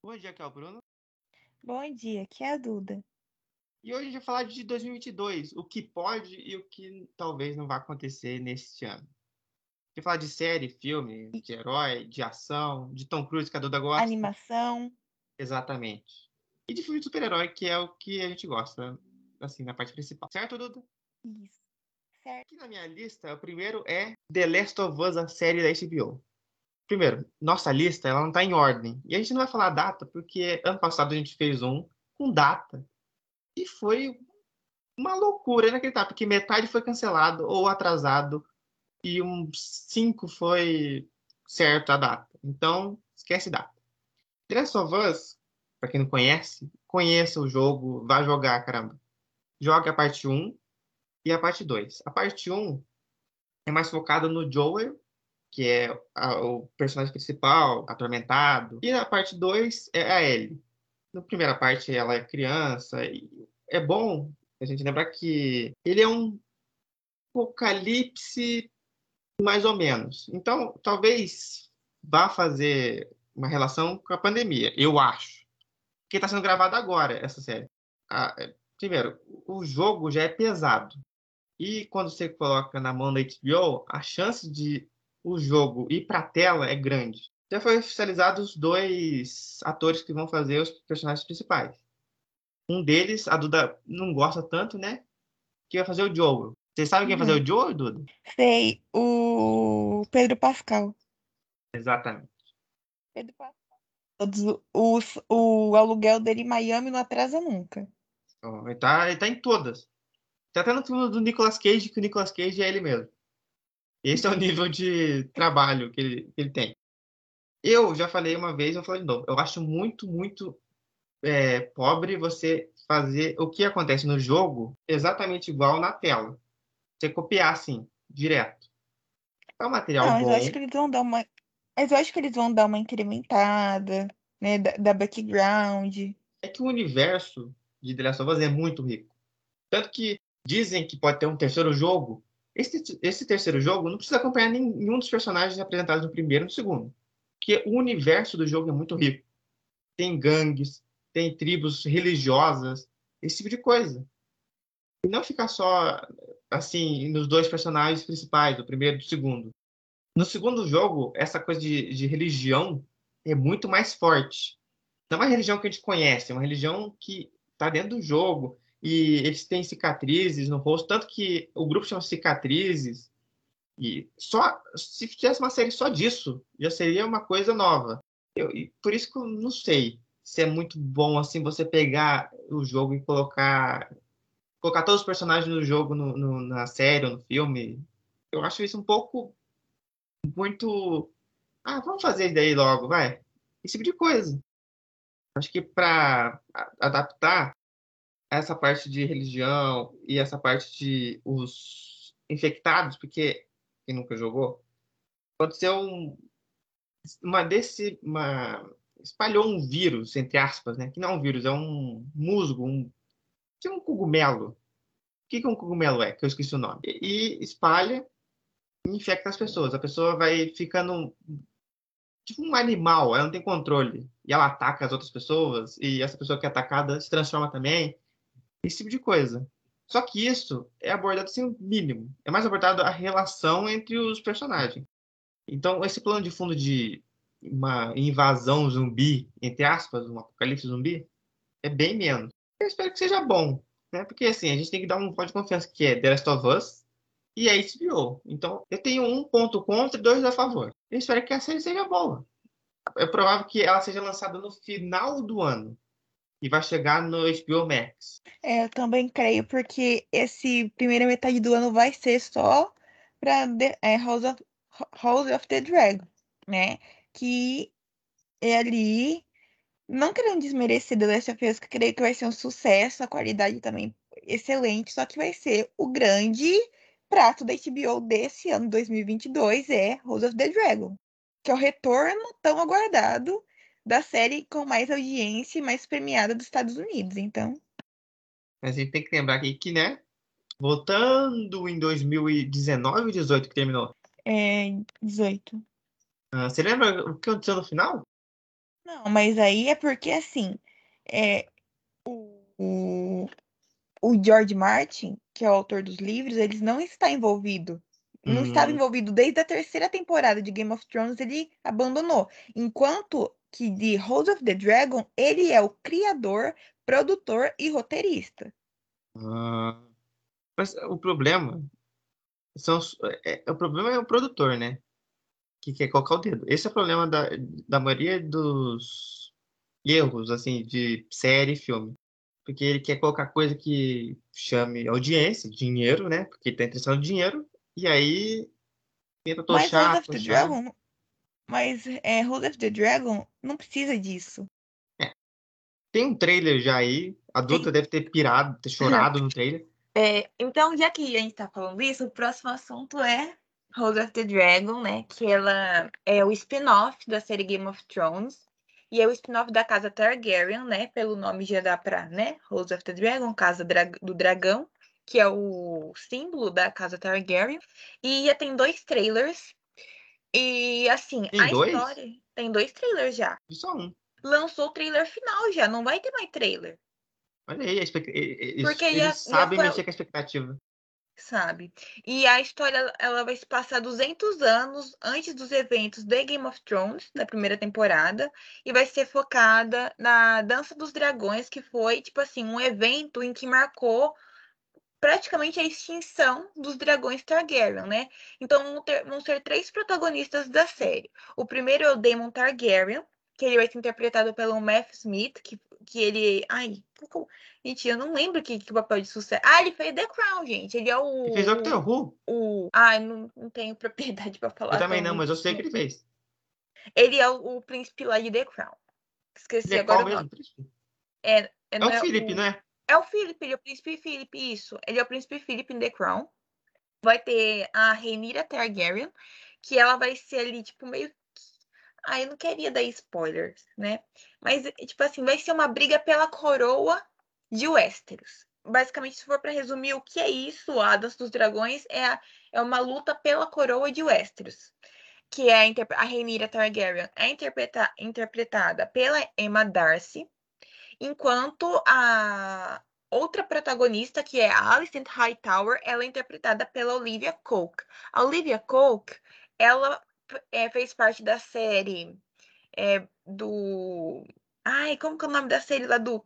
Bom dia, aqui é o Bruno. Bom dia, aqui é a Duda. E hoje a gente vai falar de 2022, o que pode e o que talvez não vá acontecer neste ano. A gente vai falar de série, filme, E de herói, de ação, de Tom Cruise, que a Duda gosta. animação, Exatamente. E de filme de super-herói, que é o que a gente gosta, assim, na parte principal. Certo, Duda? isso, certo? Aqui na minha lista, o primeiro é The Last of Us, a série da HBO. Primeiro, nossa lista, ela não tá em ordem. E a gente não vai falar data, porque ano passado a gente fez um com data. E foi uma loucura inacreditável, porque metade foi cancelado ou atrasado e uns 5 foi certo a data. Então, esquece data. The Last of Us, pra quem não conhece, conheça o jogo, vá jogar, caramba. Jogue a parte um e a parte 2. A parte um é mais focada no Joel, que é o personagem principal, atormentado. E a parte 2 é a Ellie. Na primeira parte, ela é criança. E é bom a gente lembrar que ele é um apocalipse mais ou menos. Então, talvez vá fazer uma relação com a pandemia, eu acho. Porque está sendo gravado agora, essa série. Primeiro, o jogo já é pesado. E quando você coloca na mão da HBO, a chance de o jogo ir para a tela é grande. Já foi oficializado os dois atores que vão fazer os personagens principais. Um deles, a Duda não gosta tanto, né? Que vai fazer o Joel. Você sabe quem vai fazer Uhum. o Joel, Duda? Sei, o Pedro Pascal. Exatamente. Pedro Pascal. O aluguel dele em Miami não atrasa nunca. Ó, ele tá em todas. Tá até no filme do Nicolas Cage, que o Nicolas Cage é ele mesmo. Esse é o nível de trabalho que ele tem. Eu já falei uma vez, eu falei de novo. Eu acho muito, muito pobre você fazer o que acontece no jogo exatamente igual na tela. Você copiar assim, direto. É um material Não, mas eu acho bom. que eles vão dar uma. Mas eu acho que eles vão dar uma incrementada, né? Da background. É que o universo de The Last of Us é muito rico. Tanto que dizem que pode ter um terceiro jogo. Esse terceiro jogo não precisa acompanhar nenhum dos personagens apresentados no primeiro e no segundo. Porque o universo do jogo é muito rico. Tem gangues, tem tribos religiosas, esse tipo de coisa. E não ficar só, assim, nos dois personagens principais, do primeiro e do segundo. No segundo jogo, essa coisa de religião é muito mais forte. Não é uma religião que a gente conhece, é uma religião que está dentro do jogo. E eles têm cicatrizes no rosto, tanto que o grupo chama Cicatrizes. E só se fizesse uma série só disso, já seria uma coisa nova. E por isso que eu não sei se é muito bom assim você pegar o jogo e colocar todos os personagens do jogo na série ou no filme. Eu acho isso um pouco muito. Ah, vamos fazer isso daí logo, vai. Esse tipo de coisa. Acho que para adaptar essa parte de religião e essa parte de os infectados, porque quem nunca jogou, pode ser uma espalhou um vírus, entre aspas, né? Que não é um vírus, é um musgo, tipo um cogumelo. O que um cogumelo é? Que eu esqueci o nome. E espalha e infecta as pessoas. A pessoa vai ficando tipo um animal, ela não tem controle. E ela ataca as outras pessoas, e essa pessoa que é atacada se transforma também. Esse tipo de coisa. Só que isso é abordado assim, o mínimo. É mais abordado a relação entre os personagens. Então, esse plano de fundo de uma invasão zumbi, entre aspas, um apocalipse zumbi, é bem menos. Eu espero que seja bom, né? Porque assim, a gente tem que dar um voto de confiança que é The Last of Us e a HBO. Então, eu tenho um ponto contra e dois a favor. Eu espero que a série seja boa. É provável que ela seja lançada no final do ano e vai chegar no HBO Max. É, eu também creio, porque esse primeira metade do ano vai ser só para House of the Dragon, né? Que é ali, não querendo desmerecer The Last of Us, que eu creio que vai ser um sucesso, a qualidade também excelente, só que vai ser o grande prato da HBO desse ano 2022 é House of the Dragon, que é o retorno tão aguardado da série com mais audiência e mais premiada dos Estados Unidos. Então, Mas a gente tem que lembrar aqui que, né? Voltando em 2019 ou 18 que terminou. é 18. Você lembra o que aconteceu no final? Não, mas aí é porque, assim, é, o, o George Martin, que é o autor dos livros, ele não está envolvido. Não estava Hum, envolvido desde a terceira temporada de Game of Thrones, ele abandonou. Enquanto que de House of the Dragon, ele é o criador, produtor e roteirista. ah, mas o problema são, o problema é o produtor, né? Que quer colocar o dedo. Esse é o problema da maioria dos erros, assim, de série e filme. Porque ele quer colocar coisa que chame audiência, dinheiro, né? Porque tá interessado no dinheiro. E aí tenta Mas House tochar, of the tochar. Dragon, House of the Dragon não precisa disso. É, tem um trailer já aí. A Tem. Duda deve ter pirado, ter chorado no trailer. Então, já que a gente tá falando isso, o próximo assunto é House of the Dragon, né? Que ela é o spin-off da série Game of Thrones. E é o spin-off da Casa Targaryen, né? Pelo nome já dá pra, né? House of the Dragon, do Dragão, que é o símbolo da Casa Targaryen. E já tem dois trailers. E, assim, Tem a dois? história... Tem dois trailers já. E só um. Lançou o trailer final já, não vai ter mais trailer. Olha aí, Porque eles já sabem foi mexer com a expectativa. sabe? E a história ela vai se passar 200 anos antes dos eventos de Game of Thrones, da primeira temporada, e vai ser focada na Dança dos Dragões, que foi, tipo assim, um evento em que marcou praticamente a extinção dos dragões Targaryen, né? Então vão ser três protagonistas da série. O primeiro é o Daemon Targaryen, que ele vai ser interpretado pelo Matt Smith, que ele. Ai, gente, eu não lembro que o papel de sucesso. Ah, ele fez The Crown, gente. Ele é E fez Doctor Who? Ai, não tenho propriedade pra Eu falar também não, também. mas eu sei que ele fez. Ele é o príncipe lá de The Crown. Ele Esqueci é qual agora o nome. mesmo? Príncipe? É Não o é Felipe, não é? É o Philip, ele é o príncipe Philip, isso. Ele é o príncipe Philip em The Crown. Vai ter a Rhaenyra Targaryen, que ela vai ser ali, tipo, meio. Ai, eu não queria dar spoilers, né? Mas, tipo assim, vai ser uma briga pela coroa de Westeros. Basicamente, se for para resumir o que é isso, a Dança dos Dragões é uma luta pela coroa de Westeros. Que é a Rhaenyra Targaryen é interpretada pela Emma Darcy, enquanto a outra protagonista, que é a Alicent Hightower, ela é interpretada pela Olivia Cooke. A Olivia Cooke, ela fez parte da série do... Ai, como que é o nome da série lá do...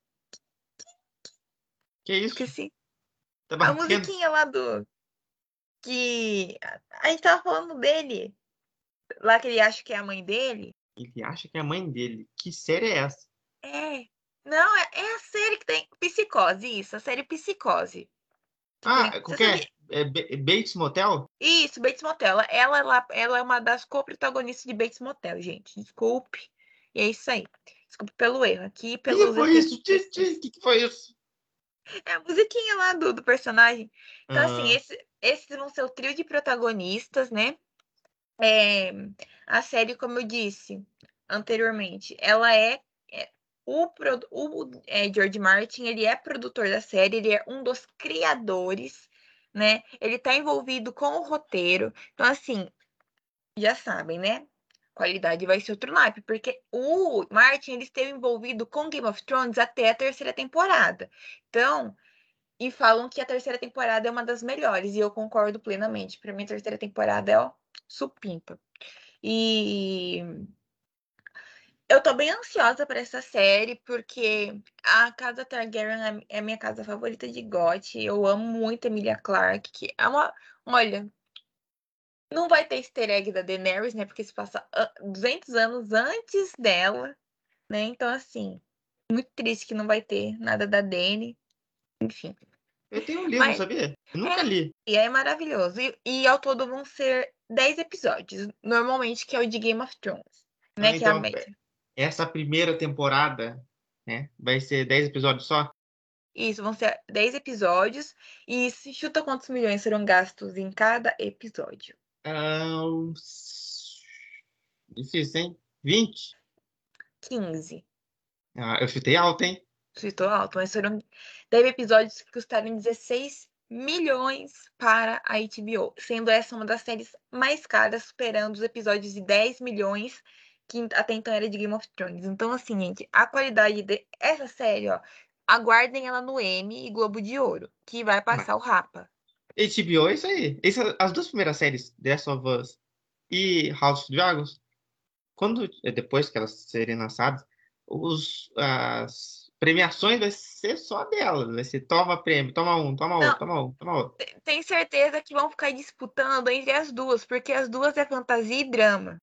Que isso? Esqueci. Tá A batendo? musiquinha lá do... Que... A gente tava falando dele. Lá que ele acha que é a mãe dele. Ele acha que é a mãe dele. Que série é essa? É. Não, é a série que tem... Psicose, isso. A série Psicose. Que tem... Ah, Você qualquer? sabia? É Bates Motel? Isso, Bates Motel. Ela é uma das co-protagonistas de Bates Motel, gente. Desculpe. E é isso aí. Desculpe pelo erro aqui, Que pelos foi efeitos isso? especiais. Que foi isso? É a musiquinha lá do personagem. Então, assim, Ah, esses vão ser o trio de protagonistas, né? É, a série, como eu disse anteriormente, ela George Martin, ele é produtor da série, ele é um dos criadores, né? Ele tá envolvido com o roteiro. Então, assim, já sabem, né? Qualidade vai ser outro naipe, porque o Martin ele esteve envolvido com Game of Thrones até a terceira temporada. Então, e falam que a terceira temporada é uma das melhores, e eu concordo plenamente. Para mim, a terceira temporada é, ó, supimpa. E eu tô bem ansiosa para essa série, porque a Casa Targaryen é a minha casa favorita de GOT. Eu amo muito Emilia Clarke, que é uma. Olha, não vai ter easter egg da Daenerys, né? Porque se passa 200 anos antes dela, né? Então, assim, muito triste que não vai ter nada da Dany. Enfim. eu tenho um livro, Mas sabia? Eu nunca é, li. e é maravilhoso. E ao todo vão ser 10 episódios, normalmente, que é o de Game of Thrones, né? Ah, Que é a então, média. essa primeira temporada, né? Vai ser 10 episódios só? Isso, vão ser 10 episódios. E se chuta quantos milhões serão gastos em cada episódio? Ah, difícil, hein? 20? 15. Ah, eu chutei alto, hein? Citou alto, mas foram 10 episódios que custaram 16 milhões para a HBO, sendo essa uma das séries mais caras, superando os episódios de 10 milhões que até então era de Game of Thrones. Então, assim, gente, a qualidade dessa série, ó, aguardem ela no Emmy e Globo de Ouro, que vai passar o Rapa. HBO é isso aí. As duas primeiras séries, The Last of Us e House of Dragons, depois que elas serem lançadas, as premiações vai ser só delas. Vai ser toma prêmio, toma um, toma Não, outro, toma um, toma outro. tenho certeza que vão ficar disputando entre as duas, porque as duas é fantasia e drama.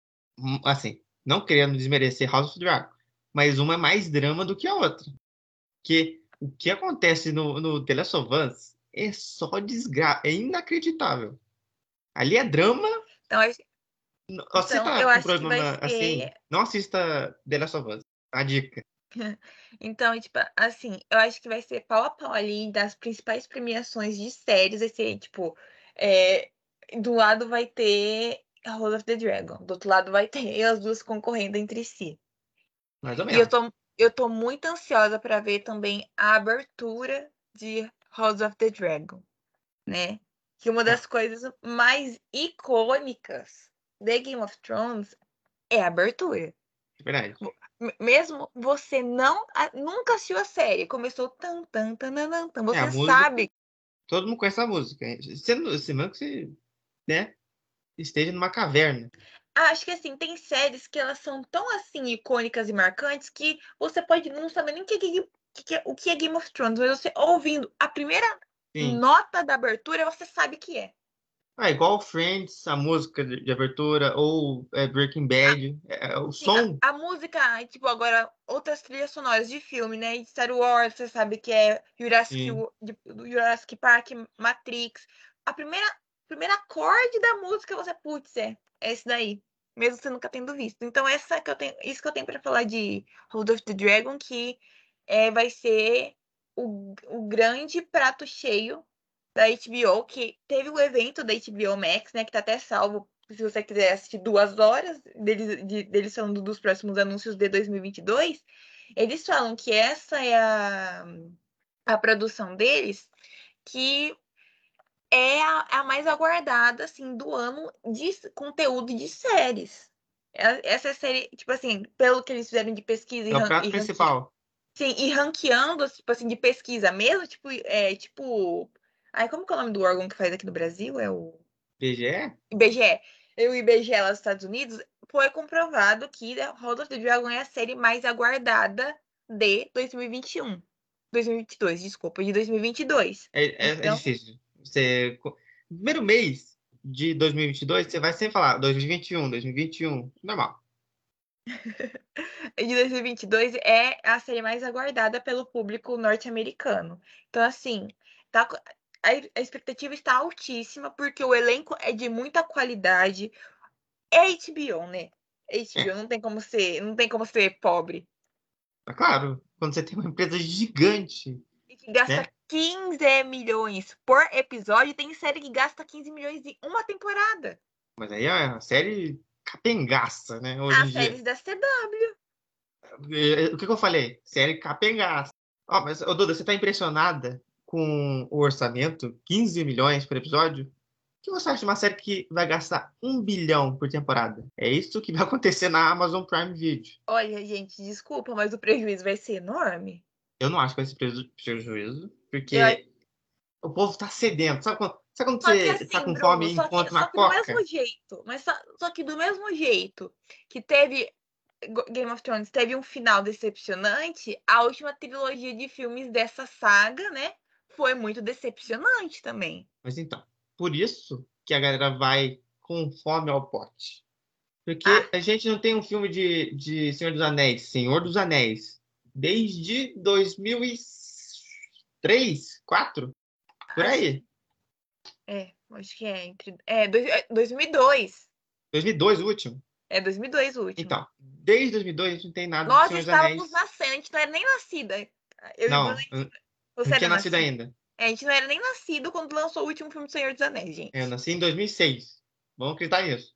Assim, não querendo desmerecer House of Dragons, mas uma é mais drama do que a outra. Que o que acontece no The Last of Us é só desgraça, é inacreditável. Ali é drama. Então, Você então tá eu com acho que vai problema assim? ser. Não assista The Last of Us. A dica. Então, tipo, assim, eu acho que vai ser pau a pau ali das principais premiações de séries. Vai ser, tipo, é, do lado vai ter House of the Dragon, do outro lado vai ter as duas concorrendo entre si. Mais ou E eu menos. tô, eu tô muito ansiosa para ver também a abertura de House of the Dragon, né? Que uma Não, das coisas mais icônicas de Game of Thrones é a abertura. é verdade. Mesmo você nunca assistiu a série, começou tan tan tan tan, tan, É a você música. sabe. Todo mundo conhece a música. Se não que você, né, esteja numa caverna. Acho que assim, tem séries que elas são tão assim icônicas e marcantes que você pode não saber nem o que é Game of Thrones, mas você ouvindo a primeira Sim. nota da abertura, você sabe que é. Igual Friends, a música de abertura, ou Breaking Bad. O Sim, som. a música, tipo, agora outras trilhas sonoras de filme, né? De Star Wars, você sabe que é Sim. Do Jurassic Park, Matrix. A primeira acorde da música, você, putz, é esse daí. Mesmo você nunca tendo visto. Então, isso que eu tenho pra falar de House of the Dragon, que vai ser o grande prato cheio da HBO, que teve o evento da HBO Max, né? Que tá até salvo se você quiser assistir 2 horas deles falando dos próximos anúncios de 2022, eles falam que essa é a produção deles, que é a mais aguardada, assim, do ano de conteúdo de séries. Essa série, tipo assim, pelo que eles fizeram de pesquisa É o prato principal. sim, e ranqueando, tipo assim, de pesquisa mesmo, Ai, como que é o nome do órgão que faz aqui no Brasil? É o BGE? IBGE. O IBGE lá dos Estados Unidos, foi comprovado que House of the Dragon é a série mais aguardada de 2021. 2022, desculpa, de 2022. É Então, difícil. No primeiro mês de 2022, você vai sempre falar 2021, 2021. Normal. de 2022 é a série mais aguardada pelo público norte-americano. Então, assim, tá, a expectativa está altíssima, porque o elenco é de muita qualidade. É HBO, né? HBO É, não tem como ser pobre. é claro. Quando você tem uma empresa gigante, E que gasta né? 15 milhões por episódio, tem série que gasta 15 milhões em uma temporada. Mas aí é uma série capengaça, né? Hoje em As dia. séries da CW. O que que eu falei? Série capengaça. Ó, mas, Duda, você tá impressionada com o orçamento? 15 milhões por episódio? O que você acha de uma série que vai gastar 1 bilhão por temporada? É isso que vai acontecer na Amazon Prime Video. Olha, gente, desculpa, mas o prejuízo vai ser enorme. Eu não acho que vai ser prejuízo, Eu, porque o povo tá sedento. Sabe quando só que você tá assim, com fome Bruno, e encontra só uma que do mesmo coca? jeito, só que do mesmo jeito que teve Game of Thrones, teve um final decepcionante, a última trilogia de filmes dessa saga, né, foi muito decepcionante também. Mas então, por isso que a galera vai com fome ao pote. Ah, Porque a gente não tem um filme de Senhor dos Anéis, desde 2003, 2004, por acho, aí. acho que é entre 2002. 2002, o último. É 2002 o último. Então, desde 2002 a gente não tem nada de Nós Senhor dos estávamos Anéis. nascendo, a gente não era nem nascida. Eu e o Bruno, Não, você não era tinha nascido nascido? ainda. A gente não era nem nascido quando lançou o último filme do Senhor dos Anéis, Eu gente. nasci em 2006. Vamos acreditar nisso.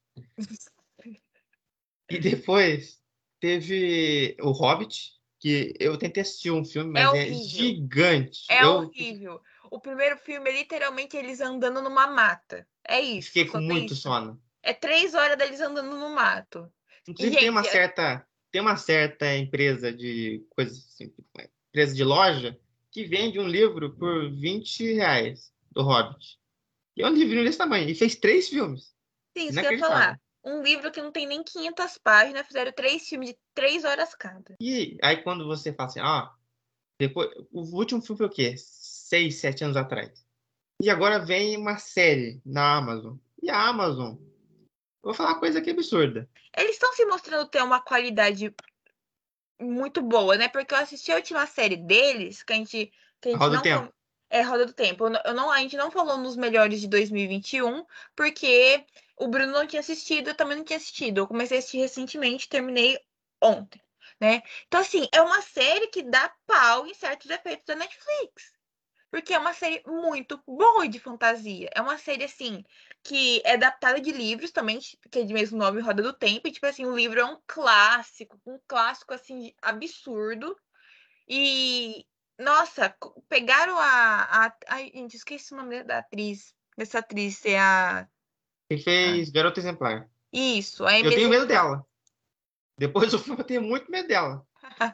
E depois teve o Hobbit, que eu tentei assistir um filme, É mas é horrível. gigante. É Eu horrível. O primeiro filme é literalmente eles andando numa mata. É isso, fiquei com só tem muito isso. sono. É 3 horas deles andando no mato. Inclusive, tem uma certa empresa de coisas assim, empresa de loja, que vende um livro por R$ 20 do Hobbit. E é um livrinho desse tamanho. E fez 3 filmes. sim, isso que eu ia Inacreditável. falar. Um livro que não tem nem 500 páginas, fizeram 3 filmes de 3 horas cada. E aí, quando você fala assim, depois, o último filme foi o quê? 6, 7 anos atrás. E agora vem uma série na Amazon. E a Amazon, eu vou falar uma coisa aqui absurda. Eles estão se mostrando ter uma qualidade muito boa, né? Porque eu assisti a última série deles, que a A gente Roda do não. Tempo. É Roda do Tempo. A gente não falou nos melhores de 2021, porque o Bruno não tinha assistido, eu também não tinha assistido. Eu comecei a assistir recentemente, terminei ontem, né? Então, assim, é uma série que dá pau em certos efeitos da Netflix. Porque é uma série muito boa de fantasia. É uma série, assim, que é adaptada de livros também, que é de mesmo nome, Roda do Tempo. E, tipo assim, o livro é um clássico, assim, absurdo. E, nossa, pegaram ai, gente, esqueci o nome da atriz. Dessa atriz, é Que a- fez Garota Exemplar. Isso, a Eu Amy tenho medo Exemplar. dela. Depois do filme, eu tenho muito medo dela.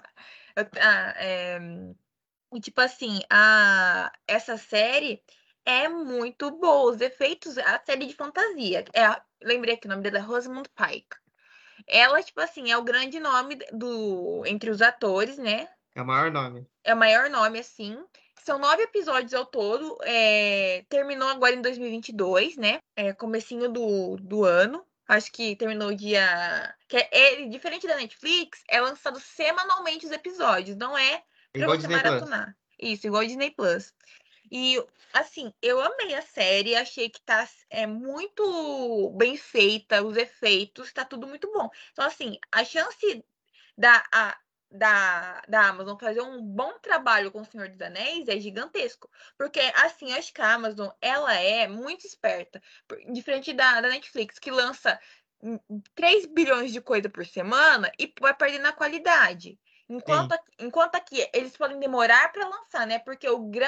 E, tipo assim, essa série é muito boa. Os efeitos, a série de fantasia. Lembrei aqui o nome dela é Rosamund Pike. Ela, tipo assim, é o grande nome entre os atores, né? É o maior nome. É o maior nome, assim. São 9 episódios ao todo. Terminou agora em 2022, né? Comecinho do ano. Acho que terminou o dia. Diferente da Netflix, é lançado semanalmente os episódios. Não é É pra igual você Disney Plus. maratonar. Isso, igual Disney Plus. E, assim, eu amei a série. Achei que tá muito bem feita. Os efeitos, tá tudo muito bom. Então, assim, a chance da, a- da Amazon fazer um bom trabalho com o Senhor dos Anéis é gigantesco. Porque, assim, eu acho que a Amazon, ela é muito esperta. Diferente da Netflix, que lança 3 bilhões de coisa por semana e vai perdendo a qualidade. Sim. Enquanto aqui eles podem demorar para lançar, né? Porque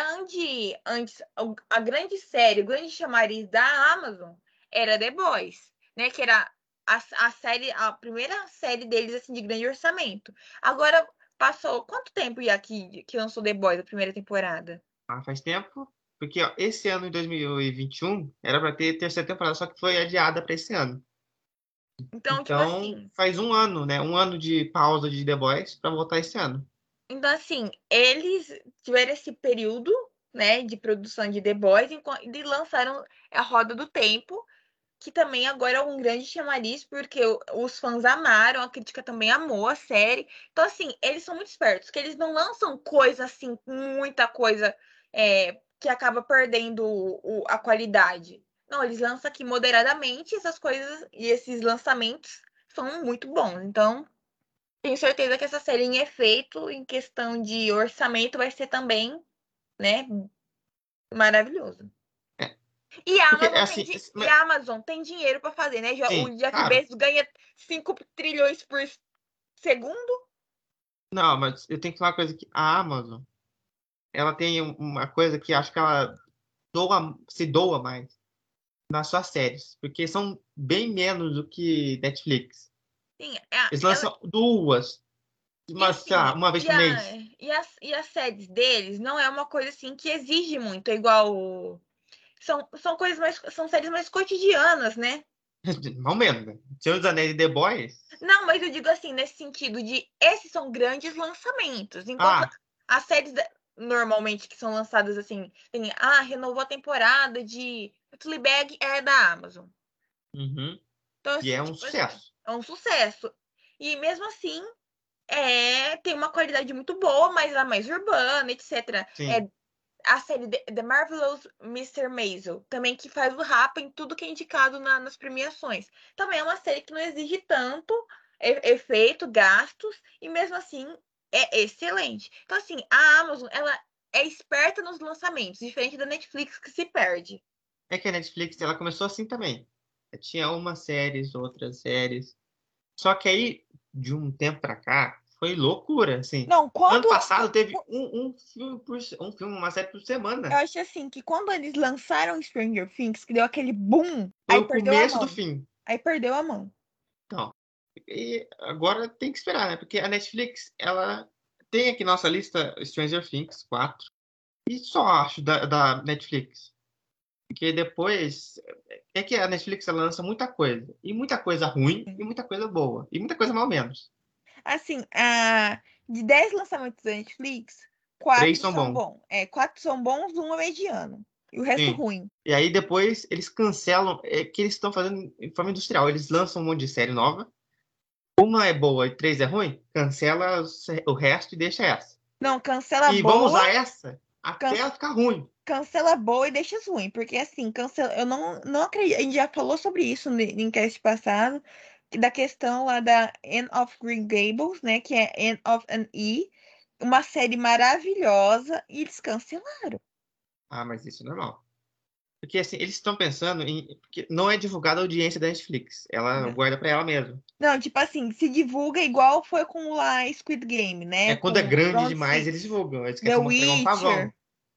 a grande série, o grande chamariz da Amazon era The Boys, né? Que era a primeira série deles, assim, de grande orçamento. Agora, passou quanto tempo já que lançou The Boys, a primeira temporada? Faz tempo. Porque esse ano, em 2021, era para ter terceira temporada, só que foi adiada para esse ano. Então, tipo Então, assim, faz um ano, né? Um ano de pausa de The Boys para voltar esse ano. eles tiveram esse período, né, de produção de The Boys e lançaram a Roda do Tempo, que também agora é um grande chamariz, porque os fãs amaram, a crítica também amou a série. Então, assim, eles são muito espertos, que eles não lançam coisa assim, muita coisa que acaba perdendo a qualidade. Não, eles lançam aqui moderadamente essas coisas e esses lançamentos são muito bons. Então, tenho certeza que essa série em efeito, em questão de orçamento, vai ser também, né, maravilhoso. É, E a porque, é Amazon assim, e a Amazon tem dinheiro para fazer, né? O sim, Jeff claro. Bezos ganha 5 trilhões por segundo. Não, mas eu tenho que falar uma coisa aqui. A Amazon, ela tem uma coisa que acho que ela se doa mais nas suas séries, porque são bem menos do que Netflix. Sim, Eles ela, lançam duas, e sei lá, assim, uma vez por mês. e as séries deles não é uma coisa assim que exige muito, é igual. São coisas mais. São séries mais cotidianas, né? Mal menos, né? Senhor dos Anéis e The Boys. Não, mas eu digo assim, nesse sentido de esses são grandes lançamentos, enquanto Ah, as séries normalmente que são lançadas assim, renovou a temporada de Fleabag é da Amazon. uhum. Então, E é um tipo assim, sucesso. é um sucesso. E mesmo assim, tem uma qualidade muito boa, mas ela é mais urbana, etc. Sim. A série The Marvelous Mr. Maisel, também que faz o rapa em tudo que é indicado nas premiações. Também é uma série que não exige tanto efeito, gastos, e mesmo assim é excelente. Então, assim, a Amazon, ela é esperta nos lançamentos, diferente da Netflix que se perde. É que a Netflix, ela começou assim também. Tinha umas séries, outras séries. Só que aí, de um tempo pra cá, foi loucura, assim. Não, Ano passado teve um filme uma série por eu semana. acho assim que quando eles lançaram Stranger Things, que deu aquele boom, Foi o começo do fim. aí perdeu a mão. Então, E agora tem que esperar, né? Porque a Netflix, ela tem aqui nossa lista Stranger Things 4. E só acho da Netflix. Porque depois. É que a Netflix ela lança muita coisa. E muita coisa ruim e muita coisa boa. E muita coisa mal menos. Assim, de 10 lançamentos da Netflix, Três 4 são são bons. bons. 4 são bons, um é mediano. E o resto Sim. ruim. E aí depois eles cancelam. É que eles estão fazendo em forma industrial. Eles lançam um monte de série nova. Uma é boa e três é ruim. Cancela o resto e deixa essa. Não, cancela E vamos boa, usar essa até can- ela ficar ruim. cancela boa e deixa as ruim. Porque assim, cancela. Eu não acredito. A gente já falou sobre isso em cast passado. Da questão lá da Anne of Green Gables, né? Que é Anne of an E. Uma série maravilhosa. E eles cancelaram. Ah, mas isso é normal. Porque assim, eles estão pensando em. Porque não é divulgada a audiência da Netflix. Ela Não, guarda pra ela mesma. não, tipo assim, se divulga igual foi com lá Squid Game, É né? quando é Com grande Round demais, eles Six, divulgam. Eles The querem mostrar um pavão. Witcher.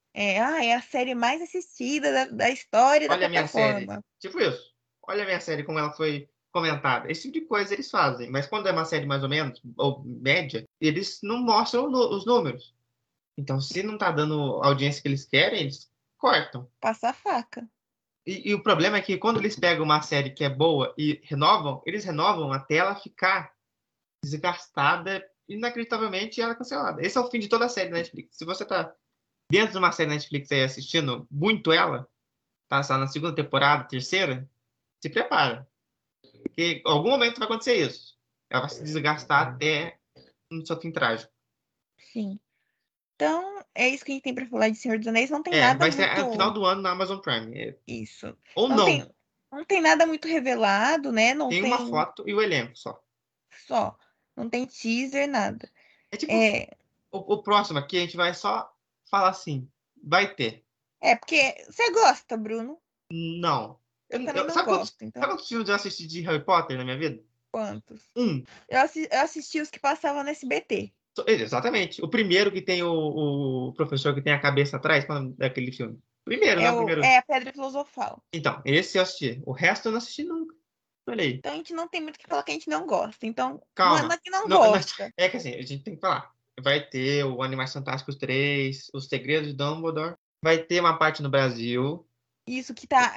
É a série mais assistida da história da Olha a minha série. plataforma. Tipo isso. Olha a minha série, como ela foi comentada. Esse tipo de coisa eles fazem. Mas quando é uma série mais ou menos, ou média, eles não mostram os números. Então, se não tá dando a audiência que eles querem, eles cortam. Passa a faca. E o problema é que quando eles pegam uma série que é boa e renovam, eles renovam até ela ficar desgastada inacreditavelmente e ela é cancelada. Esse é o fim de toda a série da Netflix. Se você tá dentro de uma série da Netflix aí assistindo muito ela, tá só na segunda temporada, terceira, se prepara. Porque em algum momento vai acontecer isso. Ela vai se desgastar até no seu fim trágico. Sim. Então, é isso que a gente tem pra falar de Senhor dos Anéis. Não tem É, nada vai ser no final muito do ano na Amazon Prime. isso. Ou Não não. tem, não tem nada muito revelado, né? Não Tem uma tem foto e o elenco só. só. Não tem teaser, nada. É tipo, É, o próximo aqui a gente vai só falar assim. Vai ter. porque você gosta, Bruno. Não. Eu também não Sabe gosto, sabe então quantos filmes eu assisti de Harry Potter na minha vida? quantos? Um. Eu assisti os que passavam no SBT. Exatamente. O primeiro que tem o professor que tem a cabeça atrás, qual é o nome daquele filme? Primeiro, né? O primeiro. É a Pedra Filosofal. Então, esse eu assisti. O resto eu não assisti nunca. Olha aí. Então a gente não tem muito o que falar que a gente não gosta. Então, não Calma. é que não Não, gosta. é que assim, a gente tem que falar. Vai ter o Animais Fantásticos 3, Os Segredos de Dumbledore. Vai ter uma parte no Brasil. Isso que tá.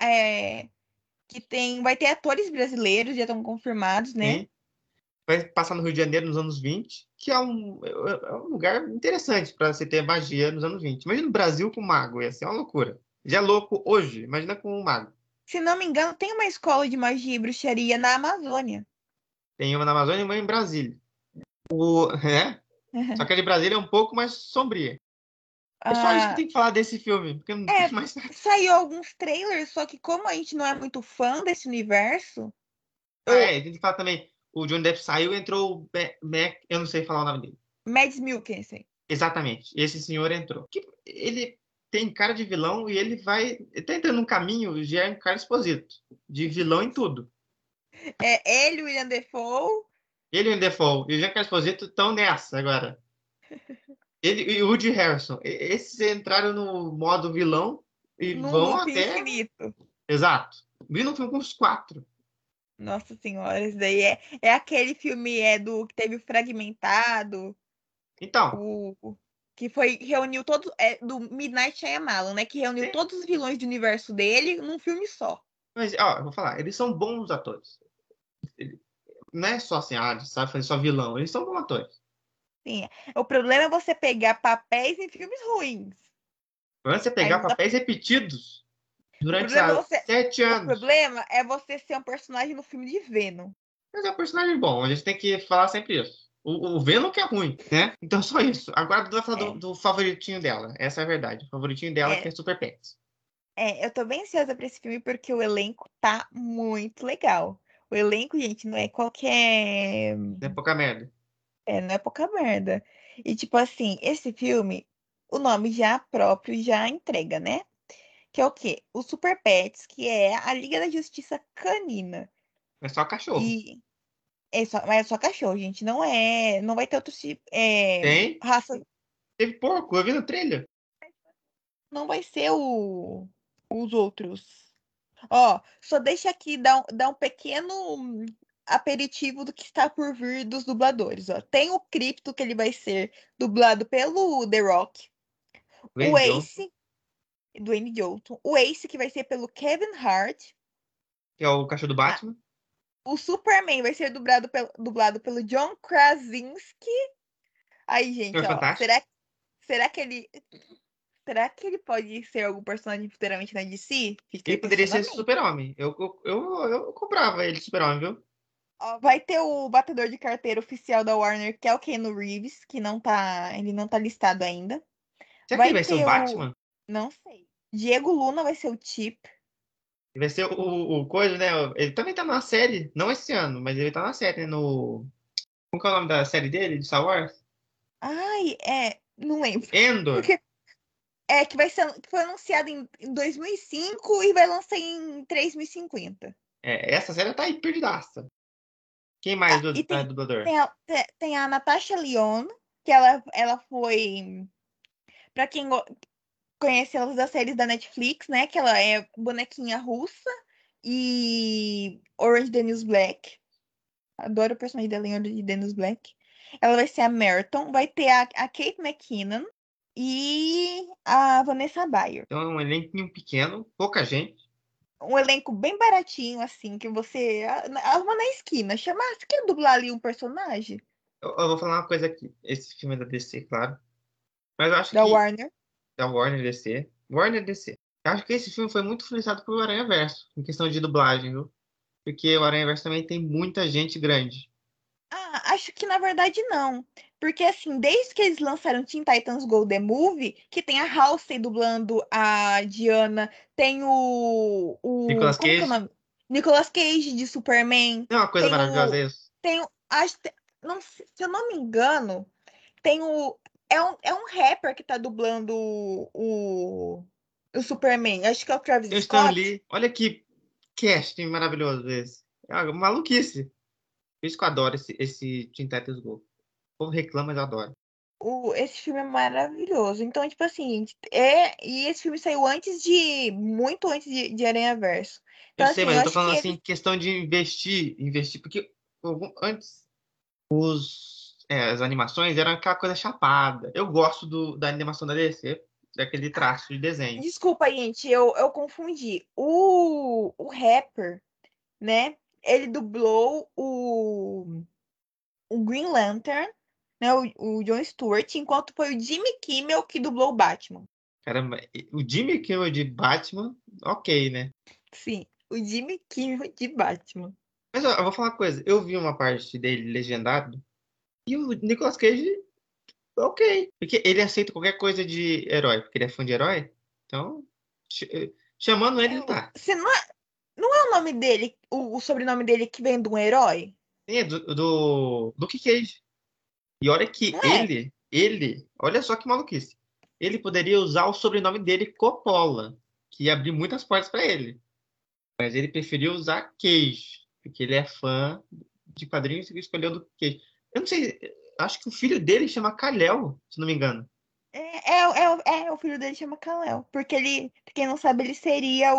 Que tem. Vai ter atores brasileiros, já estão confirmados, né? Sim. Vai passar no Rio de Janeiro nos anos 20, que é um lugar interessante para você ter magia nos anos 20. Imagina o Brasil com mago, ia ser uma loucura. Já é louco hoje, imagina com um mago. Se não me engano, tem uma escola de magia e bruxaria na Amazônia. Tem uma na Amazônia e uma em Brasília. É? Só que a de Brasília é um pouco mais sombria. É só isso que Ah, tem que falar desse filme, porque não tem é, mais nada. saiu alguns trailers, só que como a gente não é muito fã desse universo, Ah, o é, tem que falar também. O Johnny Depp saiu e entrou o Mac, eu não sei falar o nome dele. Mads Mikkelsen. Exatamente. Esse senhor entrou. Ele tem cara de vilão e ele vai. Ele tá entrando num caminho, já é um cara exposito. De vilão em tudo. É ele, William Defoe, Ele e o Defoe e o Giancarlo Esposito estão nessa agora. Ele e o Woody Harrison. Esses entraram no modo vilão e num vão loop até. infinito. Exato. Vi no filme com os quatro. Nossa senhora, isso daí é aquele filme do que teve o Fragmentado, Então, o que reuniu todos do Midnight Shyamalan, né, que reuniu tem- todos os vilões do universo dele num filme só. mas, ó, eu vou falar, eles são bons atores. Não é só assim, ah, sabe fazer só vilão. Eles são bons atores. Sim. O problema é você pegar papéis em filmes ruins. Quando você Aí pegar não dá- papéis repetidos o durante, problema é sei lá, você, 7 anos. ser um personagem no filme de Venom. Mas é um personagem bom, a gente tem que falar sempre isso. O Venom que é ruim, né? Então só isso. Agora tu vai falar É, do favoritinho dela. Essa é a verdade. O favoritinho dela que é, é Super Pets. eu tô bem ansiosa pra esse filme porque o elenco tá muito legal. O elenco, gente, não é qualquer. Não é pouca merda. Não é pouca merda. E, tipo assim, esse filme, o nome já próprio já entrega, né? Que é o quê? O Super Pets, que é a Liga da Justiça Canina. É só cachorro. E mas é só cachorro, gente. Não vai ter outro tipo. Tem. Raça. Teve porco, eu vi no trailer. Não vai ser os outros. Ó, só deixa aqui dar um pequeno aperitivo do que está por vir dos dubladores. Ó. Tem o Crypto, que ele vai ser dublado pelo The Rock. O Dwayne Johnson, Ace, Dwayne Johnson. O Ace, que vai ser pelo Kevin Hart. que é o cachorro do Batman. O Superman vai ser dublado pelo John Krasinski. Aí, gente, Senhor ó, Fantástico. será que ele. Será que ele pode ser algum personagem futuramente na DC? Fica Ele aí poderia ser questionamento. Super-Homem. Eu comprava ele de Super-Homem, viu? Ó, vai ter o batedor de carteira oficial da Warner, que é o Keanu Reeves, que não tá, ele não tá listado ainda. Será que ele Vai vai ser o ter o, Batman? não sei. Diego Luna vai ser o Chip. Ele vai ser o coisa, né? Ele também tá na série, não esse ano, mas ele tá na série, né? No... Como que é o nome da série dele, de Star Wars? Ai, não lembro. Endor. Porque que vai ser, que foi anunciado em 2005 e vai lançar em 3050. É, essa série tá aí perdidaça. Quem mais E é dublador? tem a Natasha Lyonne, que ela foi, pra quem conhece ela das séries da Netflix, né? Que ela é bonequinha russa e Orange the New Black. Adoro o personagem dela em Orange the New Black. Ela vai ser a Merton, vai ter a Kate McKinnon e a Vanessa Bayer. Então é um elenquinho pequeno, pouca gente. Um elenco bem baratinho, assim, que você arruma na esquina. Chama, você quer dublar ali um personagem Eu vou falar uma coisa aqui. Esse filme é da DC, claro. Mas eu acho da que Warner? da Warner DC. Warner DC. Eu acho que esse filme foi muito influenciado pelo Aranha Verso, em questão de dublagem, viu? Porque o Aranha Verso também tem muita gente grande. Ah, acho que na verdade não. Porque assim, desde que eles lançaram Teen Titans Go The Movie, que tem a Halsey dublando a Diana, tem Nicolas como que é o Cage. nome? Nicolas Cage de Superman, Não é uma coisa tem maravilhosa isso? não, se eu não me engano, tem é um rapper que tá dublando o Superman, acho que é o Travis Tem o Stan Scott. Lee. Olha que casting maravilhoso esse. É uma maluquice. Por isso que eu adoro esse Teen Titans Go. O povo reclama, mas eu adoro. Esse filme é maravilhoso. Então, tipo assim, e esse filme saiu muito antes de Aranha Verso. Eu Então, sei, assim, mas eu eu tô acho que falando assim, eles. questão de investir, porque antes as animações eram aquela coisa chapada. Eu gosto da animação da DC, daquele traço de desenho. Desculpa, gente, eu confundi. O rapper, né? Ele dublou o Green Lantern, né? O Jon Stewart, enquanto foi o Jimmy Kimmel que dublou o Batman. Caramba, o Jimmy Kimmel de Batman, ok, né? Sim, o Jimmy Kimmel de Batman. Mas ó, eu vou falar uma coisa, eu vi uma parte dele legendado e o Nicolas Cage, ok. Porque ele aceita qualquer coisa de herói, porque ele é fã de herói. Então, chamando ele, ele tá. Se não é o nome dele, o sobrenome dele que vem de um herói? É, do Luke Cage. E olha que Não é? olha só que maluquice. Ele poderia usar o sobrenome dele Coppola, que ia abrir muitas portas para ele. Mas ele preferiu usar Cage, porque ele é fã de quadrinhos e escolheu do Cage. Eu não sei, acho que o filho dele chama Kal-El, se não me engano. O filho dele chama Kal-El. Porque ele, pra quem não sabe, ele seria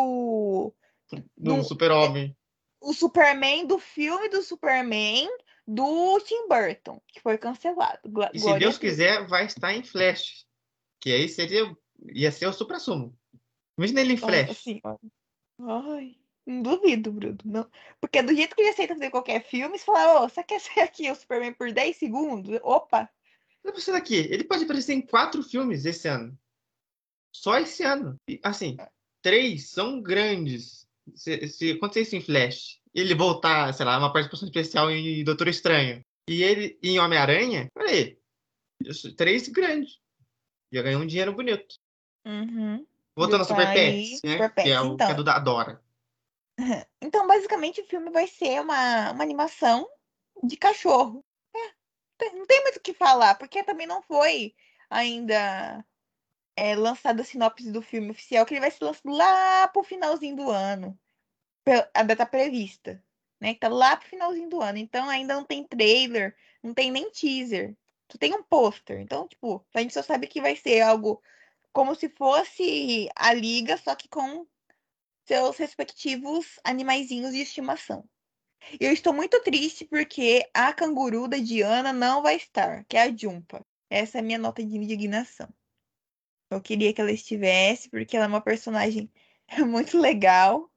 Do do, Super-Homem. o Superman do filme do Superman do Tim Burton, que foi cancelado. E se Glória a Deus Deus. quiser, vai estar em Flash, que aí ia ser o Supra-Sumo. Imagina ele em Nossa Flash. senhora. Ai, não duvido, Bruno. Não. Porque do jeito que ele aceita fazer qualquer filme, você fala, ô, você quer ser aqui o Superman por 10 segundos? Opa! Não precisa aqui. Ele pode aparecer em 4 filmes esse ano. Só esse ano. E, assim, 3 são grandes. Se acontecer isso em Flash, ele voltar, sei lá, uma participação especial em Doutor Estranho, e ele em Homem-Aranha, peraí, 3 grandes. Já ganhou um dinheiro bonito. Uhum. Já Voltando ao tá Super aí, Pets, né? Super Que é Pets. o que é do da Dora. Então, basicamente, o filme vai ser uma animação de cachorro. Não tem muito o que falar, porque também não foi ainda lançada a sinopse do filme oficial, que ele vai ser lançado lá pro finalzinho do ano. A data prevista, né? Que tá lá pro finalzinho do ano. Então, ainda não tem trailer, não tem nem teaser. Tu tem um pôster. Então, tipo, a gente só sabe que vai ser algo como se fosse a Liga, só que com seus respectivos animaizinhos de estimação. Eu estou muito triste porque a canguru da Diana não vai estar, que é a Jumpa. Essa é a minha nota de indignação. Eu queria que ela estivesse, porque ela é uma personagem muito legal.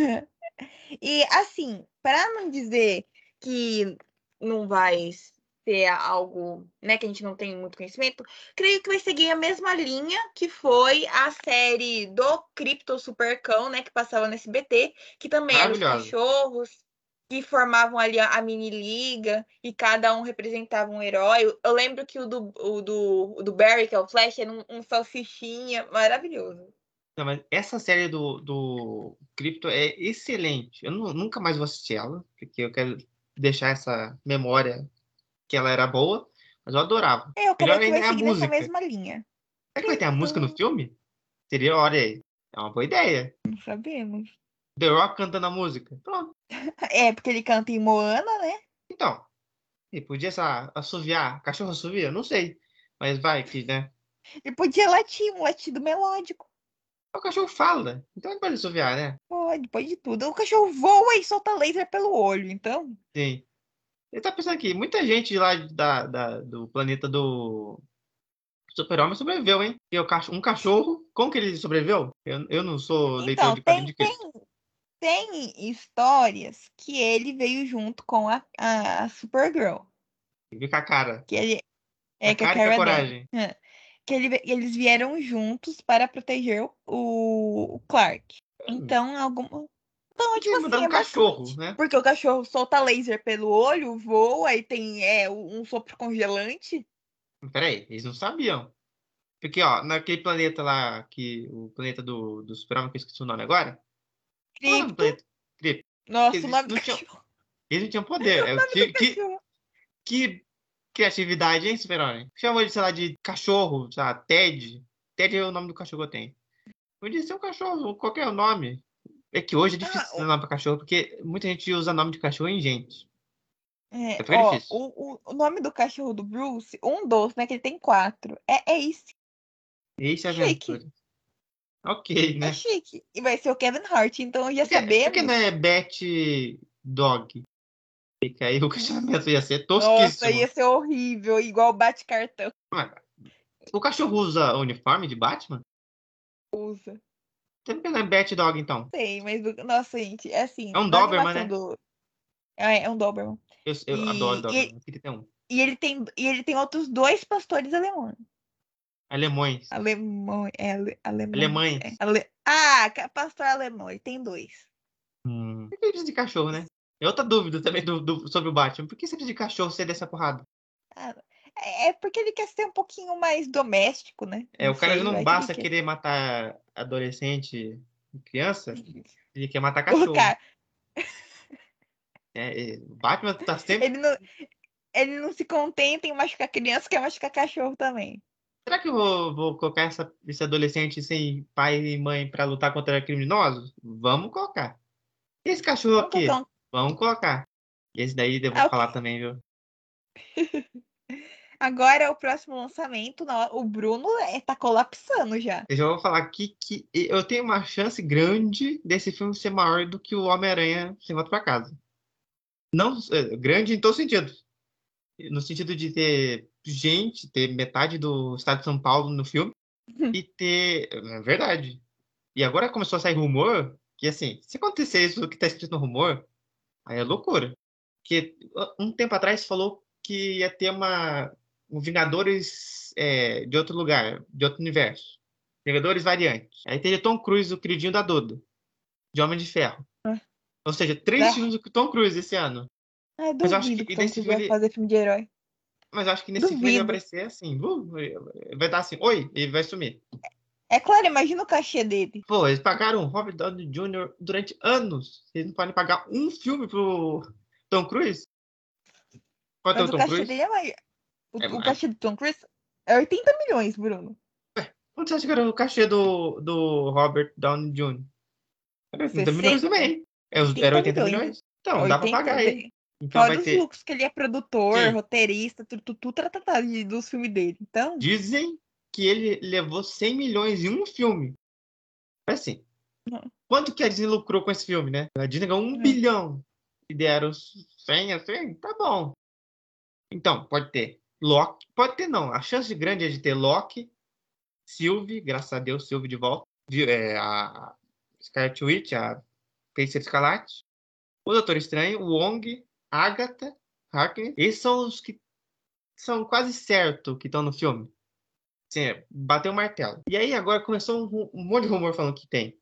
E assim, para não dizer que não vai ser algo, né, que a gente não tem muito conhecimento, creio que vai seguir a mesma linha que foi a série do Crypto Supercão, né, que passava no SBT, que também eram os Maravilhosa. cachorros que formavam ali a mini liga e cada um representava um herói. Eu lembro que o do Barry, que é o Flash, era um salsichinha maravilhoso. Não, mas essa série do Crypto é excelente. Eu nunca mais vou assistir ela, porque eu quero deixar essa memória que ela era boa, mas eu adorava. Eu Melhor creio que ainda vai é a seguir nessa música. mesma linha. Será que vai ter a música no filme? Seria, olha aí, é uma boa ideia. Não sabemos. The Rock cantando a música. Pronto. É, porque ele canta em Moana, né? Então, e podia, sei lá, assoviar. Cachorro assovia? Não sei. Mas vai que, né? E podia latir, um latido melódico. O cachorro fala. Então ele pode assoviar, né? Pode tudo. O cachorro voa e solta laser pelo olho, então. Sim. Ele tá pensando aqui, muita gente lá do planeta do Super-Homem sobreviveu, hein? E um cachorro, como que ele sobreviveu? Eu não sou leitor Então, de quadrinhos tem, de Cristo. tem, tem histórias que ele veio junto com a Supergirl. Ele com a cara. Que ele Com a é que a cara e com a Kara Dan. coragem. Que eles vieram juntos para proteger o Clark. Então, alguma. Então, Podia tipo mandar assim, um é cachorro, basicamente. né? Porque o cachorro solta laser pelo olho, voa e tem um sopro congelante. Peraí, eles não sabiam. Porque, ó, naquele planeta lá, o planeta do Super-Homem, que eu esqueci o nome agora. Qual é o nome do Cripto. planeta? Krypton. Nossa, o Eles nome do não tinham, cachorro. eles não tinham poder. O nome do cachorro. Que criatividade, hein, Super-Homem? Chamou de, sei lá, de cachorro, sei lá, Ted. Ted é o nome do cachorro que eu tenho. Podia ser um cachorro, qualquer nome. É que hoje é Ah, difícil ter nome pra cachorro, porque muita gente usa nome de cachorro em gente. Aí fica ó, difícil. o nome do cachorro do Bruce, um dos, né? Que ele tem quatro. É Ace. Ace Chique. Aventura. Ok, É né? chique. E vai ser o Kevin Hart. Então já Por que não sabemos. é Bat Dog? Fica aí, o questionamento ia ser Nossa, ia tosquíssimo. ser horrível. Igual bate-cartão. Mas o cachorro usa uniforme de Batman? Usa. Então por que não é Bat Dog, então? Sei, mas nossa, gente, é É assim, um na Doberman, animação né? do. É um Doberman. Eu adoro E, Doberman. e, Eu queria ter um. e ele tem outros dois pastores alemães. Alemões. Alemão, alemães. Alemães. Pastor alemão, ele tem dois. Por que precisa de cachorro, né? É outra dúvida também sobre o Batman. Por que você precisa de cachorro ser dessa porrada? Ah, é porque ele quer ser um pouquinho mais doméstico, né? É, Não o cara sei, não vai que ele basta quer. querer matar adolescente e criança, ele quer matar cachorro. Colocar. O Batman tá sempre. Ele não, ele não se contenta em machucar criança, quer machucar cachorro também. Será que eu vou colocar esse adolescente sem pai e mãe pra lutar contra criminosos? Vamos colocar. E esse cachorro Vamos colocar aqui? um. Vamos colocar. E esse daí eu vou Ah, falar também, viu? agora é o próximo lançamento. O Bruno tá colapsando já. Eu já vou falar aqui que eu tenho uma chance grande desse filme ser maior do que o Homem-Aranha Sem Volta pra Casa. Não, grande em todo sentido. No sentido de ter gente, ter metade do estado de São Paulo no filme e ter. É verdade. E agora começou a sair rumor que, assim, se acontecer isso que tá escrito no rumor, aí é loucura. Que um tempo atrás falou que ia ter um Vingadores de outro lugar, de outro universo. Vingadores variantes. Aí teria Tom Cruise, o queridinho da Dodo, de Homem de Ferro. Ou seja, 3 filmes do Tom Cruise esse ano. Mas eu acho Duvido que que o Tom nesse Cruise filme vai fazer filme de herói. mas eu acho que nesse filme ele vai Duvido. aparecer assim, vai dar assim, oi, e vai sumir. É claro, imagina o cachê dele. Pô, eles pagaram o Robert Downey Jr. durante anos. Eles não podem pagar um filme pro Tom Cruise? Pode ter Mas o o Tom cachê Cruise? dele é mais. O, É, o cachê do Tom Cruise é 80 milhões, Bruno. quanto você acha que era o cachê do Robert Downey Jr.? Era 80 milhões 60. também. Era 80 80 milhões. milhões? Então, dá pra 80. pagar aí. Então vai Fora os ter. lucros que ele é produtor, Sim, roteirista, tudo tratado dos filmes dele. Então, dizem que ele levou 100 milhões em um filme. Assim, quanto que a Disney lucrou com esse filme, né? A Disney ganhou 1 é, bilhão. Se deram 100 a 100, tá bom. Então, pode ter Loki. Pode ter, não. A chance grande é de ter Loki, Sylvie, graças a Deus, Sylvie de volta. A Scarlet Witch, a Feiticeira Escarlate. O Doutor Estranho, o Wong, Agatha, Harkness. Esses são os que são quase certo que estão no filme. Sim, bateu o martelo. E aí agora começou um monte de rumor falando que tem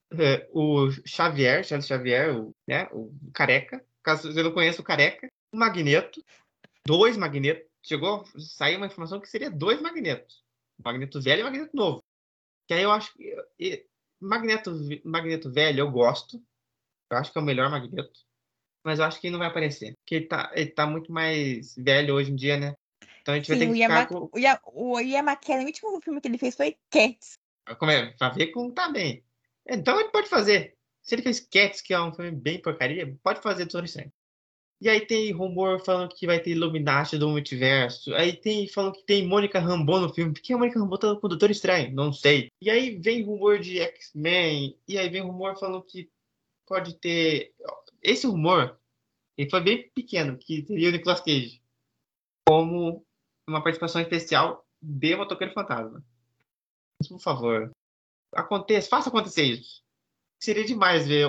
o Xavier, Charles Xavier, o Careca. Caso você não conheça o Careca. O Magneto. Dois Magnetos. Chegou a sair uma informação que seria dois Magnetos. Magneto velho e Magneto novo. Que aí eu acho que Magneto, Magneto velho eu gosto. Eu acho que é o melhor Magneto. Mas eu acho que ele não vai aparecer. Porque ele tá muito mais velho hoje em dia, né? Então a gente vai ter Sim, que ficar com. O Ian McKellen, o último filme que ele fez foi Cats. Como é? Pra ver como tá bem. Então ele pode fazer. Se ele fez Cats, que é um filme bem porcaria, pode fazer Doutor Estranho. E aí tem rumor falando que vai ter Illuminati do multiverso. Aí tem falando que tem Mônica Rambeau no filme. Por que a Mônica Rambeau tá com o Doutor Estranho? Não sei. E aí vem rumor de X-Men. E aí vem rumor falando que pode ter. Esse rumor, ele foi bem pequeno, que teria o Nicolas Cage como uma participação especial de Motoqueiro Fantasma. Mas, por favor, aconteça, faça acontecer isso. Seria demais ver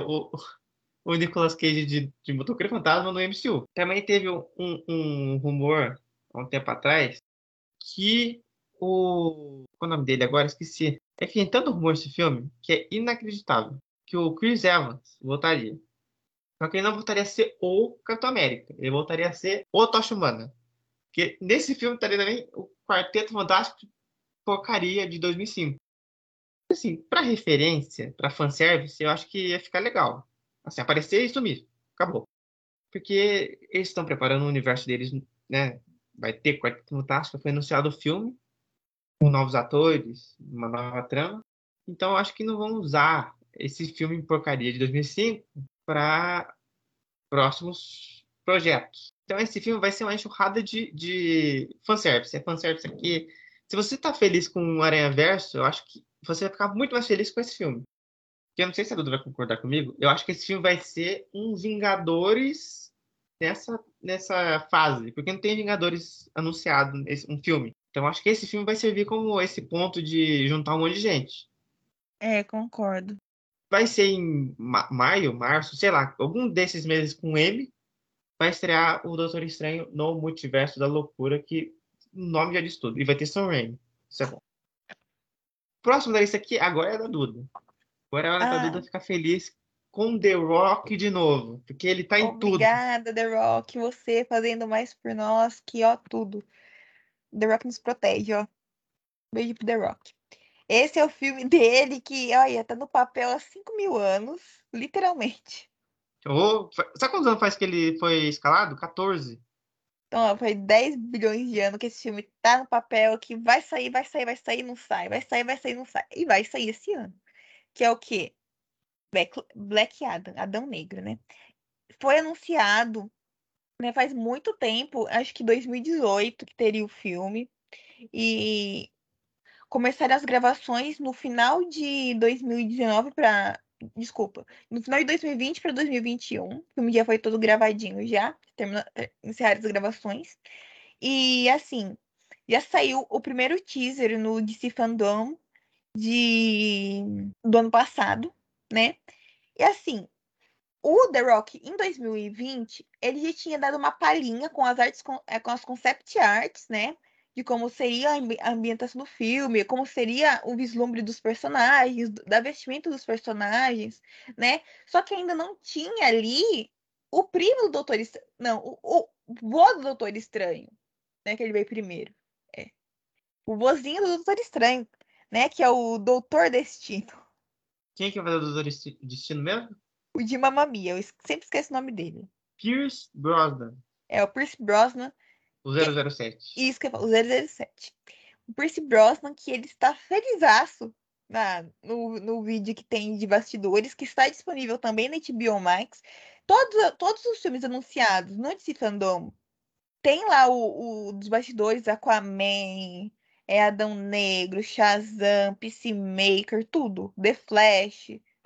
o Nicolas Cage de Motoqueiro Fantasma no MCU. Também teve um rumor, há um tempo atrás, que qual é o nome dele agora? Esqueci. É que tem tanto rumor nesse filme que é inacreditável. Que o Chris Evans voltaria. Só que ele não voltaria a ser o Capitão América. Ele voltaria a ser o Tocha Humana. Porque nesse filme estaria também o Quarteto Fantástico de porcaria de 2005. Assim, pra referência, pra fanservice, eu acho que ia ficar legal. Assim, aparecer e sumir. Acabou. Porque eles estão preparando o universo deles, né? Vai ter Quarteto Fantástico, foi anunciado o filme, com novos atores, uma nova trama. Então, eu acho que não vão usar esse filme porcaria de 2005 para próximos projetos. Então, esse filme vai ser uma enxurrada de fanservice. É fanservice aqui. Se você tá feliz com o Aranha Verso, eu acho que você vai ficar muito mais feliz com esse filme. Porque eu não sei se a Duda vai concordar comigo. Eu acho que esse filme vai ser um Vingadores nessa fase. Porque não tem Vingadores anunciado, um filme. Então, eu acho que esse filme vai servir como esse ponto de juntar um monte de gente. É, concordo. Vai ser em maio, março, sei lá, algum desses meses com M, vai estrear o Doutor Estranho no Multiverso da Loucura, que o nome já diz tudo. E vai ter Sam Raimi. Isso é bom. Próximo da lista aqui, agora é da Duda. Agora é a hora da Ah, Duda ficar feliz com The Rock de novo, porque ele tá em tudo. obrigada, The Rock. Você fazendo mais por nós, que ó, tudo. The Rock nos protege, ó. Beijo pro The Rock. Esse é o filme dele que, olha, tá no papel há 5.000 anos, literalmente. Sabe quantos anos faz que ele foi escalado? 14. Então, ó, foi 10 bilhões de anos que esse filme tá no papel, que vai sair, vai sair, vai sair, não sai. Vai sair, vai sair, não sai. E vai sair esse ano. Que é o quê? Black Adam, Adão Negro, né? Foi anunciado, né, faz muito tempo, acho que 2018 que teria o filme. E começaram as gravações no final de 2019 para. Desculpa, no final de 2020 para 2021. O filme já foi todo gravadinho já. Encerraram as gravações. E assim, já saiu o primeiro teaser no DC Fandom do ano passado, né? E assim, o The Rock, em 2020, ele já tinha dado uma palhinha com as artes, com as concept arts, né? De como seria a ambientação do filme, como seria o vislumbre dos personagens, da vestimenta dos personagens, né? Só que ainda não tinha ali o primo do Doutor Estranho. Não, o vô do Doutor Estranho, né? Que ele veio primeiro. É. O vozinho do Doutor Estranho, né? Que é o Doutor Destino. Quem que vai fazer o Doutor Destino mesmo? O de Mamma Mia, sempre esqueço o nome dele. Pierce Brosnan, É o Pierce Brosnan. o Que, 007. isso que eu falo, o 007. O Pierce Brosnan, que ele está felizaço no vídeo que tem de bastidores, que está disponível também na HBO Max. Todos os filmes anunciados no DC Fandom tem lá o dos bastidores, Aquaman, Adão Negro, Shazam, Peacemaker, tudo. The Flash,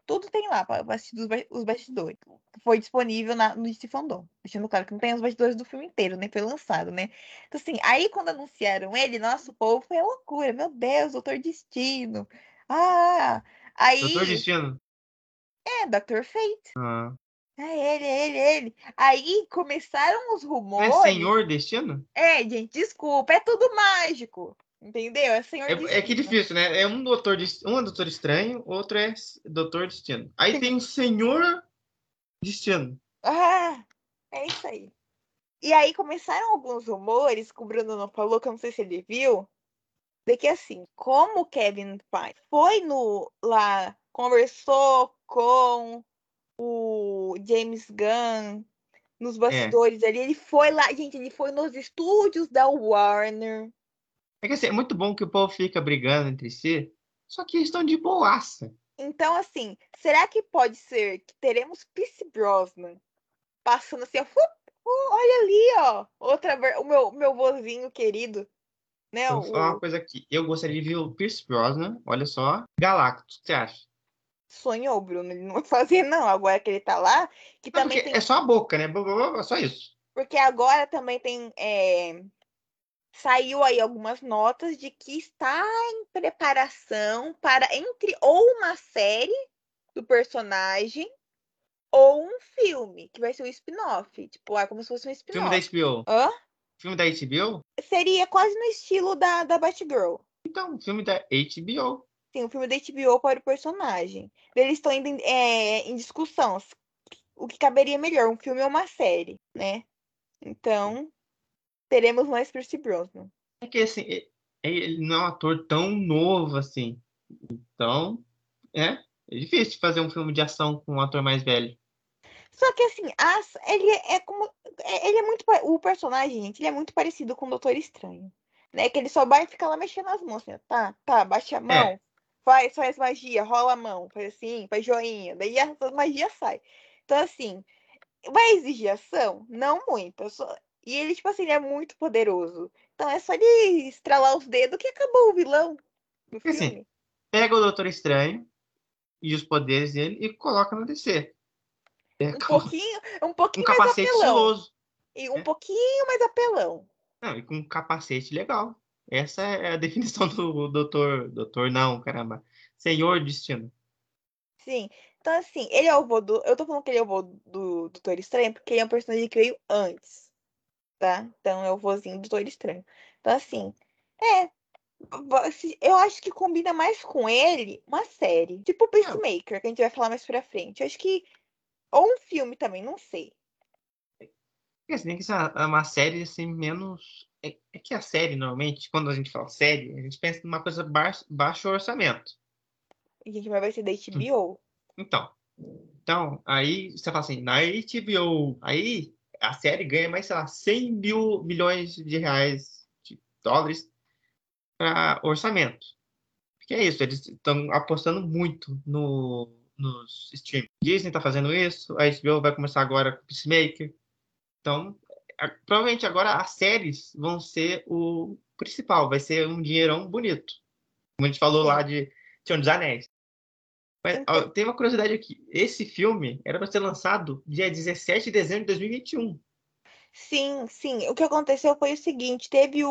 tudo tem lá para assistir os bastidores. Foi disponível no DC Fandom. Deixando claro que não tem os bastidores do filme inteiro, nem foi lançado, né? Então, assim, aí quando anunciaram ele, nosso povo foi a loucura. Meu Deus, Doutor Destino. Ah! Doutor Aí, Destino. Dr. Fate. Ah. É ele. Aí começaram os Não é rumores. Senhor Destino? Gente, desculpa, é tudo mágico. Entendeu? É Senhor É que Destino. difícil, né? Um é Doutor Estranho, outro é Doutor Destino. Aí tem o Senhor Destino. Ah, é isso aí. E aí começaram alguns rumores, que o Bruno não falou, que eu não sei se ele viu, de que assim, como o Kevin Feige foi lá, conversou com o James Gunn nos É. bastidores ali, ele foi lá, gente, ele foi nos estúdios da Warner. É que assim, é muito bom que o povo fica brigando entre si, só que eles estão de boaça. Então, assim, será que pode ser que teremos Pierce Brosnan passando assim, ó, olha ali, ó, o meu vozinho querido, né, Eu vou falar uma coisa aqui. Eu gostaria de ver o Pierce Brosnan, olha só, Galactus. O que você acha? sonhou, Bruno, ele não vai fazer não, agora que ele tá lá, que Não, também porque é tem, só a boca, né? Só isso. porque agora também tem, saiu aí algumas notas de que está em preparação para entre ou uma série do personagem ou um filme, que vai ser um spin-off, tipo, como se fosse um Filme da spin-off. HBO. Hã? Filme da HBO? Seria quase no estilo da Batgirl. Então, filme da HBO. Sim, o filme da HBO para o personagem. Eles estão indo em discussão o que caberia melhor, um filme ou uma série, né? Então, teremos mais Pierce Brosnan. É que assim, ele não é um ator tão novo assim. Então, é difícil de fazer um filme de ação com um ator mais velho. Só que assim, ele é como. Ele é muito. O personagem, gente, ele é muito parecido com o Doutor Estranho. Né? Que ele só vai ficar lá mexendo as mãos, assim, ó, tá, bate a É, mão, faz magia, rola a mão, faz assim, faz joinha, daí a magia sai. Então, assim, vai exigir ação? Não muito. E ele, tipo assim, ele é muito poderoso. Então é só ele estralar os dedos que acabou o vilão do porque assim, filme. pega o Doutor Estranho e os poderes dele e coloca no DC. É, Um um pouquinho mais capacete apelão. estiloso, E um né? pouquinho mais apelão. Não, e com um capacete legal. Essa é a definição do doutor. Doutor não, caramba. Senhor Destino. Sim. Então, assim, ele é o vô do. Eu tô falando que ele é o vô do Doutor Estranho porque ele é um personagem que veio antes, tá? Então é o vozinho do Doutor Estranho. Então, assim, é. Eu acho que combina mais com ele uma série. Tipo o Não, Peacemaker, que a gente vai falar mais pra frente. Eu acho que. Ou um filme também, não sei. porque assim, tem que ser uma série assim, menos. É que a série, normalmente, quando a gente fala série, a gente pensa numa coisa baixo orçamento. A gente vai ser da HBO. Então, aí você fala assim, na HBO, aí a série ganha mais, sei lá, 100 mil milhões de reais, de dólares, para orçamento. Que é isso, eles estão apostando muito nos streams. Disney está fazendo isso, a HBO vai começar agora com Peacemaker. Então, provavelmente agora as séries vão ser o principal, vai ser um dinheirão bonito. Como a gente falou lá Sim. de Senhor dos Anéis. Mas ó, Então, tem uma curiosidade aqui. Esse filme era para ser lançado dia 17 de dezembro de 2021. sim, sim. O que aconteceu foi o seguinte: teve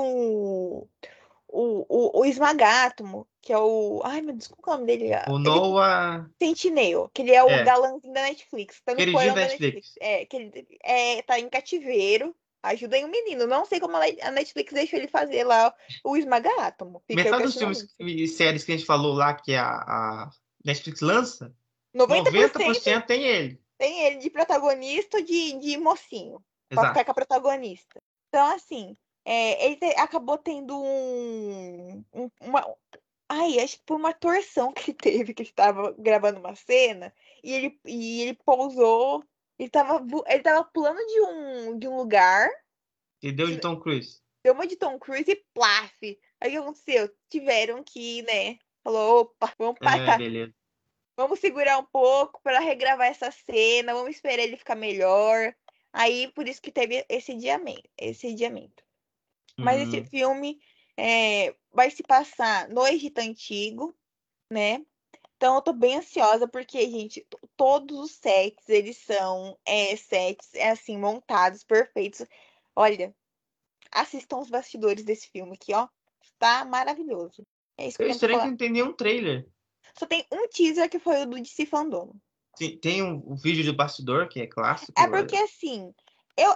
o Esmagátomo, que é o. Ai, meu Deus, qual é o nome dele? O Ele Noah, Sentinel, que ele é o é, galãzinho da Netflix, tá no queridinho porão da da Netflix. Netflix. Que ele tá em cativeiro. Ajudem o menino. Não sei como a Netflix deixou ele fazer lá o Esmaga-Átomo. Fica aí o Metade dos filmes questionamento. e séries que a gente falou lá que a Netflix lança, 90% 90% tem ele. tem ele de protagonista de mocinho, pra ficar com a Exato. protagonista. Então, assim, ele acabou tendo uma. Ai, acho que foi uma torção que ele teve, que ele estava gravando uma cena e ele pousou. Ele tava pulando de um lugar, E deu de Tom Cruise. deu uma de Tom Cruise e plaf. Aí o que aconteceu? Tiveram que, né? Falou, opa, vamos É, parar. beleza. Vamos segurar um pouco para regravar essa cena, vamos esperar ele ficar melhor. Aí, por isso que teve esse adiamento. Mas esse filme vai se passar no Egito Antigo, né? Então eu tô bem ansiosa porque, gente, todos os sets, eles são sets, assim, montados, perfeitos. Olha, assistam os bastidores desse filme aqui, ó. Tá maravilhoso. É isso que É eu tenho pra estranho que falar. não tem nenhum trailer. Só tem um teaser que foi o do DC Fandom. Tem um vídeo de bastidor, que é É clássico. porque, assim, eu,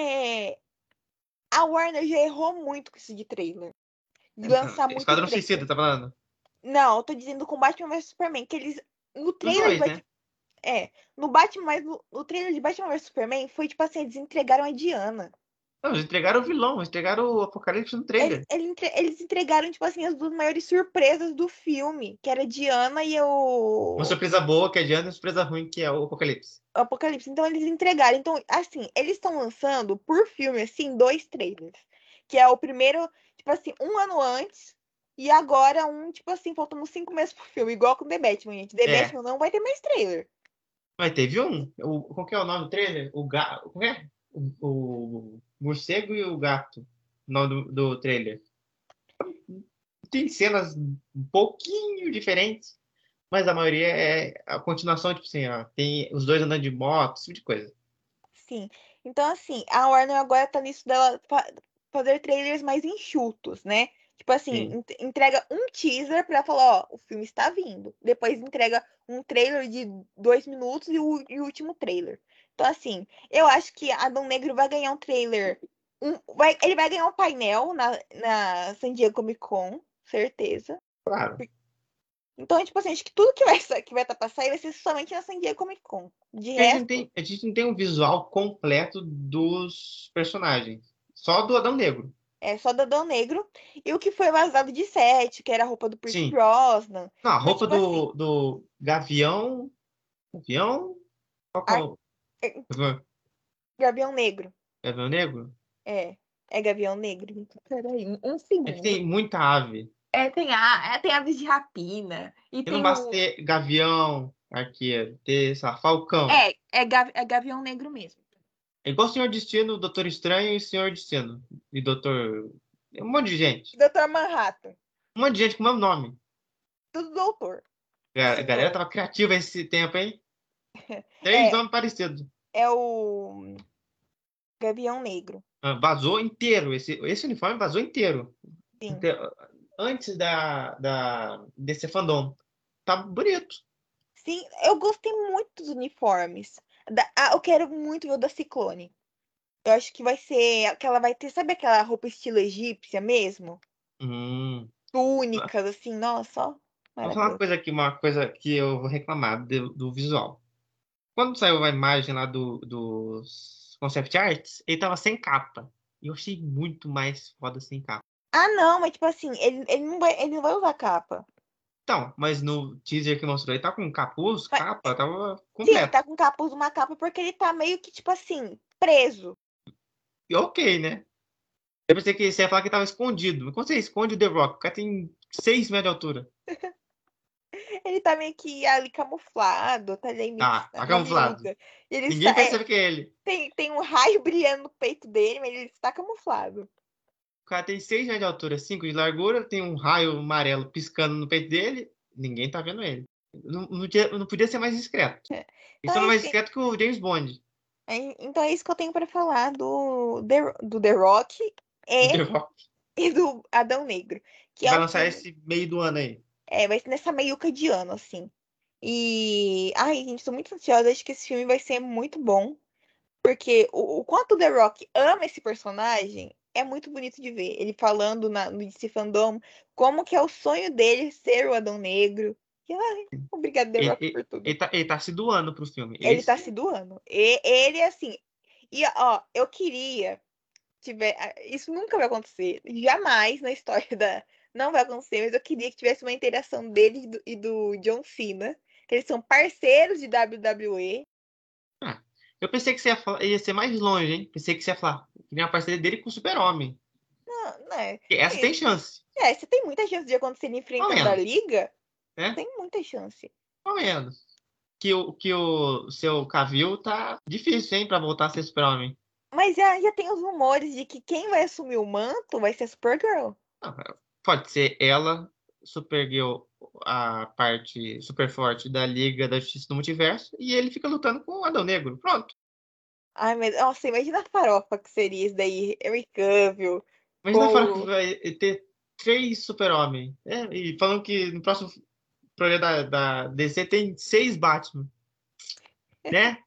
a Warner já errou muito com isso de trailer. De lançar muito Esquadrão Suicida, trailer. tá falando? Não, eu tô dizendo com Batman vs Superman, que eles. No Os trailer de dois, Batman. né? É, no Batman, mas no trailer de Batman vs Superman foi tipo assim, eles entregaram a Diana. Não, eles entregaram o vilão, eles entregaram o Apocalipse no trailer. Eles entregaram, tipo assim, as duas maiores surpresas do filme, que era a Diana e Uma o surpresa boa, que é Diana, e uma surpresa ruim, que é o Apocalipse. Apocalipse. Então eles entregaram. Então, assim, eles estão lançando por filme, assim, dois trailers. Que é o primeiro, tipo assim, um ano antes. E agora um, tipo assim, faltando 5 meses pro filme. Igual com The Batman, gente. The É, Batman não vai ter mais trailer. mas teve um. Qual que é o nome do trailer? O gato. Como é? O morcego e o gato. O nome do trailer. Tem cenas um pouquinho diferentes, mas a maioria é a continuação, tipo assim, ó, tem os dois andando de moto, esse tipo de coisa. Sim. Então, assim, a Warner agora tá nisso dela fazer trailers mais enxutos, né? Tipo assim, Sim. entrega um teaser pra falar, ó, o filme está vindo. Depois entrega um trailer de 2 minutos e o último trailer. Então, assim, eu acho que Adão Negro vai ganhar um trailer. Ele vai ganhar um painel na San Diego Comic Con, certeza. Claro. Então, tipo assim, acho que tudo que vai estar pra sair vai ser somente na San Diego Comic Con. De Porque resto, a gente não tem um visual completo dos personagens. Só do Adão Negro. é só do Adão Negro. E o que foi vazado de set, que era a roupa do Pierce Sim. Brosnan. Não, a Mas, roupa tipo assim, do Gavião. Gavião? Qual que é a- o é, Gavião Gavião Negro. Gavião Negro? É, é Gavião Negro. Peraí, um É que segundo. tem muita ave. Tem aves de rapina. E E não tem basta o. ter Gavião, arqueiro, ter, sei lá, Falcão. É Gavião Negro mesmo. É igual Senhor Destino, Doutor Estranho e Senhor Destino. E Doutor. É um monte de gente. Doutor Manhattan. Um monte de gente com o mesmo nome. Tudo doutor. A galera Senhor. tava criativa esse tempo, hein? Três É, nomes parecidos. é o Gavião Negro. Vazou inteiro. Esse uniforme vazou inteiro. Sim. Até antes desse fandom. Tá bonito. Sim, eu gostei muito dos uniformes. Eu quero muito ver o da Ciclone. Eu acho que vai ser. Que ela vai ter, sabe aquela roupa estilo egípcia mesmo? Hum. Túnicas, assim, nossa, ó, Vou falar maravilhoso. uma coisa que eu vou reclamar do visual. Quando saiu a imagem lá dos concept arts, ele tava sem capa. E eu achei muito mais foda sem capa. Ah, não, mas tipo assim, ele não vai usar capa. Então, mas no teaser que mostrou, ele tá com capuz, Mas, capa, tava sim, ele completo. tá com capuz, uma capa, porque ele tá meio que, tipo assim, preso. E ok, né? Eu pensei que você ia falar que tava escondido. Mas quando você esconde o The Rock, o cara tem 6 metros de altura. Ele tá meio que ali camuflado, tá ali meio que Tá na camuflado. meiuca. Ele Ninguém está, percebe que é ele. tem um raio brilhando no peito dele, mas ele está camuflado. O cara tem 6 metros de altura, 5 de largura, tem um raio amarelo piscando no peito dele. Ninguém tá vendo ele. Não podia ser mais discreto. Eles Então são é mais isso discreto que o James Bond. então é isso que eu tenho pra falar do The Rock Do e, The Rock. e do Adão Negro. Que Que é vai o lançar filme. esse meio do ano aí. Vai ser nessa meiuca de ano, assim. E. Ai, gente, tô muito ansiosa. Acho que esse filme vai ser muito bom. Porque o quanto o The Rock ama esse personagem é muito bonito de ver. Ele falando no DC Fandom como que é o sonho dele ser o Adão Negro. E, ai, obrigado, The Rock, por tudo. Ele tá se doando pro filme. Ele tá Esse. se doando. E ele, assim. E, ó, eu queria. Isso nunca vai acontecer. Jamais na história da. Não vai acontecer, mas eu queria que tivesse uma interação dele e do John Cena. Que eles são parceiros de WWE. Ah, eu pensei que você ia ser mais longe, hein? Pensei que você ia falar. Que nem a parceria dele com o Super-Homem. Não, né? E essa tem chance. Você tem muita chance de acontecer ele Ao enfrentando a menos. Liga? Né? Tem muita chance. Ao menos. Que o seu Cavill tá difícil, hein? Pra voltar a ser Super-Homem. Mas já tem os rumores de que quem vai assumir o manto vai ser a Supergirl. Ah, pode ser ela, Supergirl. a parte super forte da Liga da Justiça do Multiverso e ele fica lutando com o Adão Negro. Pronto. Ai, mas, nossa, imagina a farofa que seria isso daí. Henry Cavill Mas não fala que com... vai ter 3 super-homens. E falando que no próximo projeto da DC tem 6 Batman, né?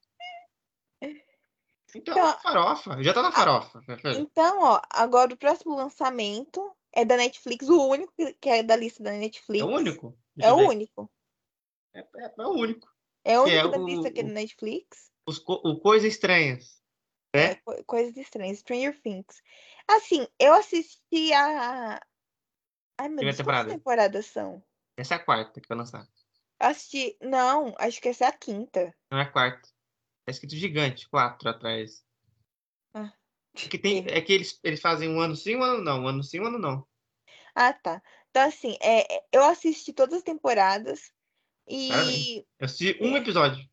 Então, Então, farofa. Já tá na a- farofa, meu filho. então, ó, agora o próximo lançamento é da Netflix, o único que é da lista da É o Netflix. único. É Deixa eu o ver aqui. único. É o único. É o Que é único da lista que é da Netflix. o Coisas Estranhas, É, né? coisas estranhas. Stranger Things. Assim, eu assisti a. Ai, meu Primeira Deus, quantas temporada. temporadas são? Essa é a quarta que vai lançar. Assisti. Não, acho que essa é a quinta. Não é a quarta. Tá escrito gigante, 4 atrás. Ah, É erro. que eles fazem um ano sim, um ano não. Um ano sim, um ano não. Ah, tá. Então, assim, eu assisti todas as temporadas Parabéns. e, Eu assisti um episódio.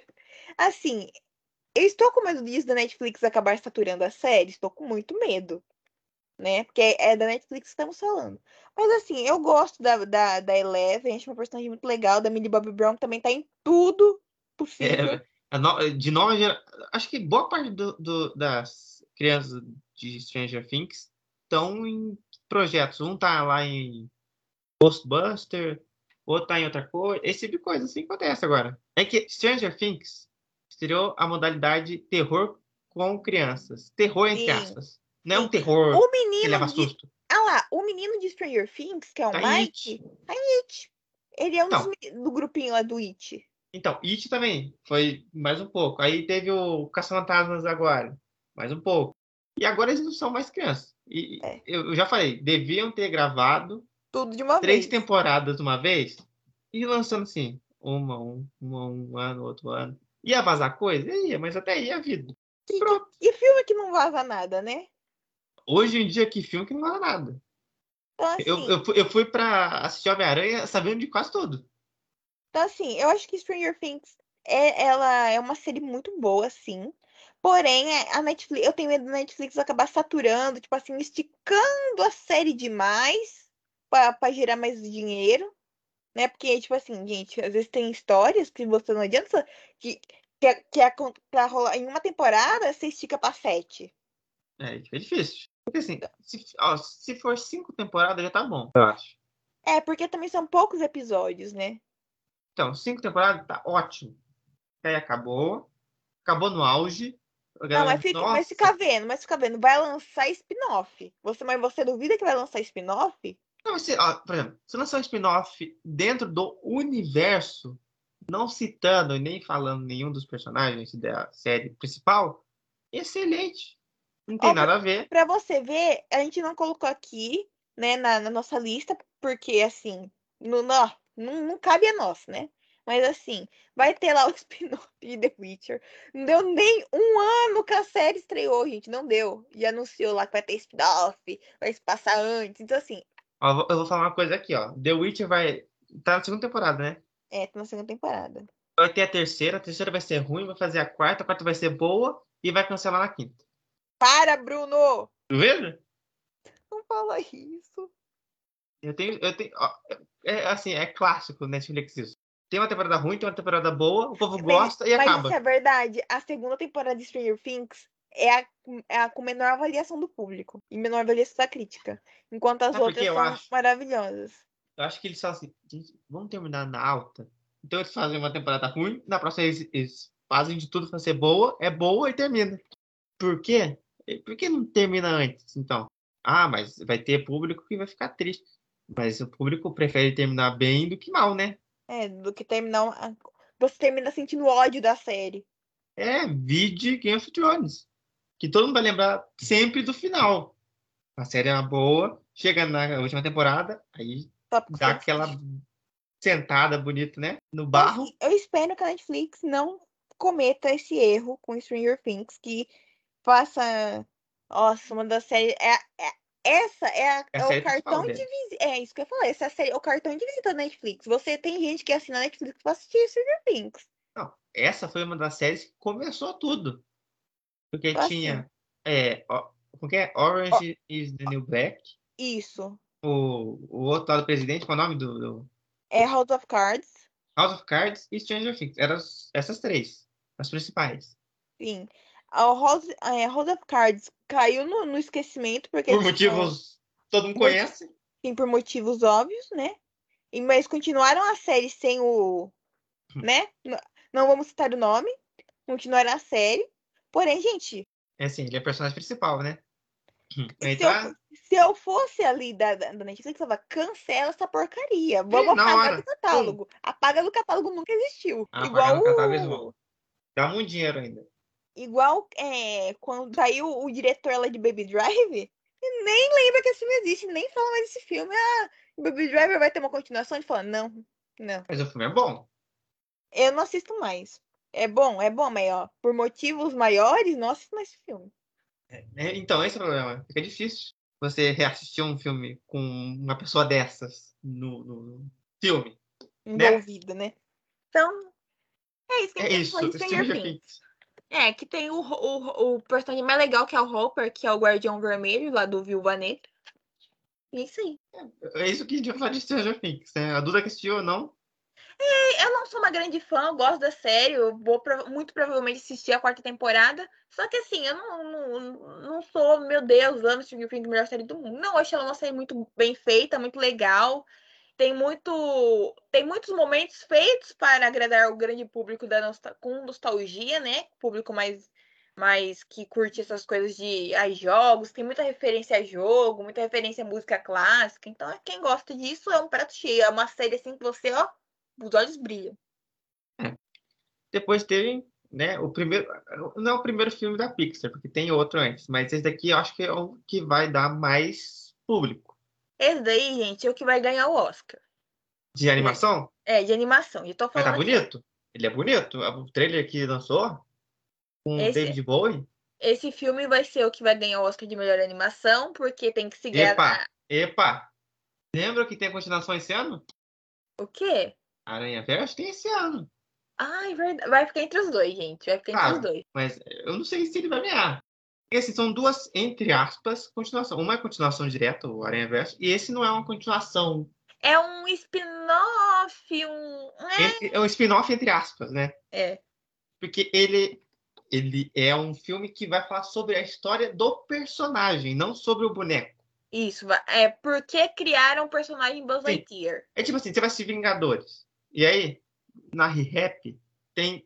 assim, eu estou com medo disso da Netflix acabar saturando a série. Estou com muito medo, né? Porque é da Netflix que estamos falando. Mas, assim, eu gosto da Eleven, acho uma personagem muito legal. Da Millie Bobby Brown que também tá em tudo possível. É, de nova geração. Acho que boa parte das crianças de Stranger Things estão em projetos. Um tá lá em Ghostbuster, outro tá em outra coisa. Esse tipo de coisa assim acontece agora. É que Stranger Things estreou a modalidade terror com crianças. Terror entre Sim, aspas. Não é um sim. terror O que leva menino de. susto. Ah lá, o menino de Stranger Things, que é o Tá em It. Mike, tá em It. Ele é um Então, do grupinho lá do It. It também foi mais um pouco. Aí teve o Caça-Fantasmas agora, mais um pouco. E agora eles não são mais crianças. E É, eu já falei, deviam ter gravado tudo de uma 3 vez. temporadas de uma vez e lançando assim, uma um ano, outro ano. Ia vazar coisa? Ia, mas até aí é a vida. E pronto. E filme que não vaza nada, né? Hoje em dia, que filme que não vale nada. Então, Eu, assim, eu, fui- eu fui pra assistir Homem-Aranha sabendo de quase tudo. eu acho que Stranger Things ela é uma série muito boa, sim. Porém, a Netflix, eu tenho medo da Netflix acabar saturando, tipo assim, esticando a série demais pra gerar mais dinheiro. Né? Porque, tipo assim, gente, às vezes tem histórias que você não adianta pra rolar em uma temporada, você estica pra 7. É difícil. Porque assim, se for 5 temporadas já tá bom, eu acho. É, porque também são poucos episódios, né? Então, 5 temporadas tá ótimo. Aí acabou. Acabou no auge. A Não, galera, mas fica nossa. vendo, mas fica vendo. Vai lançar spin-off. Mas você duvida que vai lançar spin-off? Não, por exemplo, se lançar um spin-off dentro do universo, não citando e nem falando nenhum dos personagens da série principal, excelente. Não tem Ó, nada a ver. pra você ver, a gente não colocou aqui, né, na nossa lista, porque, assim, não cabe a nós, né? Mas, assim, vai ter lá o spin-off de The Witcher. Não deu nem um ano que a série estreou, gente. Não deu. E anunciou lá que vai ter spin-off, vai se passar antes. Então, assim, Ó, eu vou falar uma coisa aqui, ó. The Witcher vai. Tá na segunda temporada, né? tá na segunda temporada. Vai ter a terceira vai ser ruim, vai fazer a quarta vai ser boa e vai cancelar na quinta. Para, Bruno! Tá vendo? Não fala isso. Ó, é assim, é clássico Netflix isso. Tem uma temporada ruim, tem uma temporada boa, o povo Mas, gosta e mas isso é acaba. verdade. A segunda temporada de Stranger Things é a com menor avaliação do público e menor avaliação da crítica. Enquanto as Sabe por que outras eu são acho? maravilhosas. Eu acho que eles falam assim, "Gente, vamos terminar na alta. Então eles fazem uma temporada ruim, na próxima eles fazem de tudo pra ser boa, é boa e termina. Por quê? Por que não termina antes, então? Ah, mas vai ter público que vai ficar triste. Mas o público prefere terminar bem do que mal, né? É, do que terminar. Você termina sentindo ódio da série. Vide Game of Thrones. Que todo mundo vai lembrar sempre do final. A série é uma boa, chega na última temporada, aí Tópico dá aquela sensível. sentada bonita, né? No Então, assim, barro. eu espero que a Netflix não cometa esse erro com Stranger Things, que faça. Nossa, uma das séries. Essa É a é o série cartão principal de deles. visita. É isso que eu ia falar. Essa série é o cartão de visita da Netflix. Você tem gente que assina a Netflix pra assistir Stranger Things. Não, essa foi uma das séries que começou tudo. Porque Então, assim, tinha. Como que é? ó, Orange is the New Black. isso. O outro lado do presidente, qual é o nome do. É House of Cards. House of Cards e Stranger Things. Eram essas três, as principais. Sim. A House of Cards caiu no esquecimento, porque Por motivos todo mundo por, conhece. sim, por motivos óbvios, né? Mas continuaram a série sem o, né? Não vamos citar o nome. Continuaram a série. Porém, gente, É assim, ele é o personagem principal, né? Aí se eu, tá. se eu fosse ali da Netflix, eu falava, cancela essa porcaria. É, Vamos na apagar do hora. Pum. catálogo. Apaga do catálogo, nunca existiu. Apagar no catálogo eles vão. Dá muito dinheiro ainda. Igual quando saiu o diretor lá de Baby Drive, nem lembra que esse filme existe, nem fala mais desse filme. Ah, Baby Driver vai ter uma continuação? Ele fala, não, não. Mas o filme é bom. Eu não assisto mais. É bom, mas ó, por motivos maiores, não assisto mais esse filme. Então, esse é o problema. Fica difícil você reassistir um filme com uma pessoa dessas no filme, né? Envolvida, né? Então, é isso que a É gente tem que falar isso, de Stranger Stranger Things. Things. É, que tem o personagem mais legal, que é o Hopper, que é o Guardião Vermelho, lá do Viúva Negra. E é isso aí. É isso que a gente vai falar de Stranger Things, né? A Duda que assistiu ou não? Eu não sou uma grande fã, eu gosto da série, eu vou muito provavelmente assistir a quarta temporada. Só que assim, eu não sou, meu Deus, amo Stranger Things, a melhor série do mundo. Não, eu achei ela uma série muito bem feita, muito legal. Tem muitos momentos feitos para agradar o grande público com nostalgia, né? Público mais que curte essas coisas de jogos. Tem muita referência a jogo, muita referência a música clássica. Então, quem gosta disso é um prato cheio. É uma série assim que você, ó, os olhos brilham. É. Depois teve, né, o primeiro. Não é o primeiro filme da Pixar, porque tem outro antes, mas esse daqui eu acho que é o que vai dar mais público. Esse daí, gente, é o que vai ganhar o Oscar. De animação? De animação. E tô Mas tá falando aqui, ó. bonito. Ele é bonito. O trailer que lançou com o Esse, David Bowie. esse filme vai ser o que vai ganhar o Oscar de melhor animação, porque tem que seguir Epa, epa. Lembra que tem a continuação esse ano? o quê? Aranha Verso tem esse ano. Ai, verdade. Vai ficar entre os dois, gente. Vai ficar entre os Claro, dois. mas eu não sei se ele vai ganhar. Esses são duas, entre aspas, continuação. Uma é continuação direta, o Aranha Verso, e esse não é uma continuação. É um spin-off, É um spin-off, entre aspas, né? É, Porque ele é um filme que vai falar sobre a história do personagem, não sobre o boneco. isso. É porque criaram o personagem Buzz Sim, Lightyear. é tipo assim, você vai assistir Vingadores. E aí, na ReHap, tem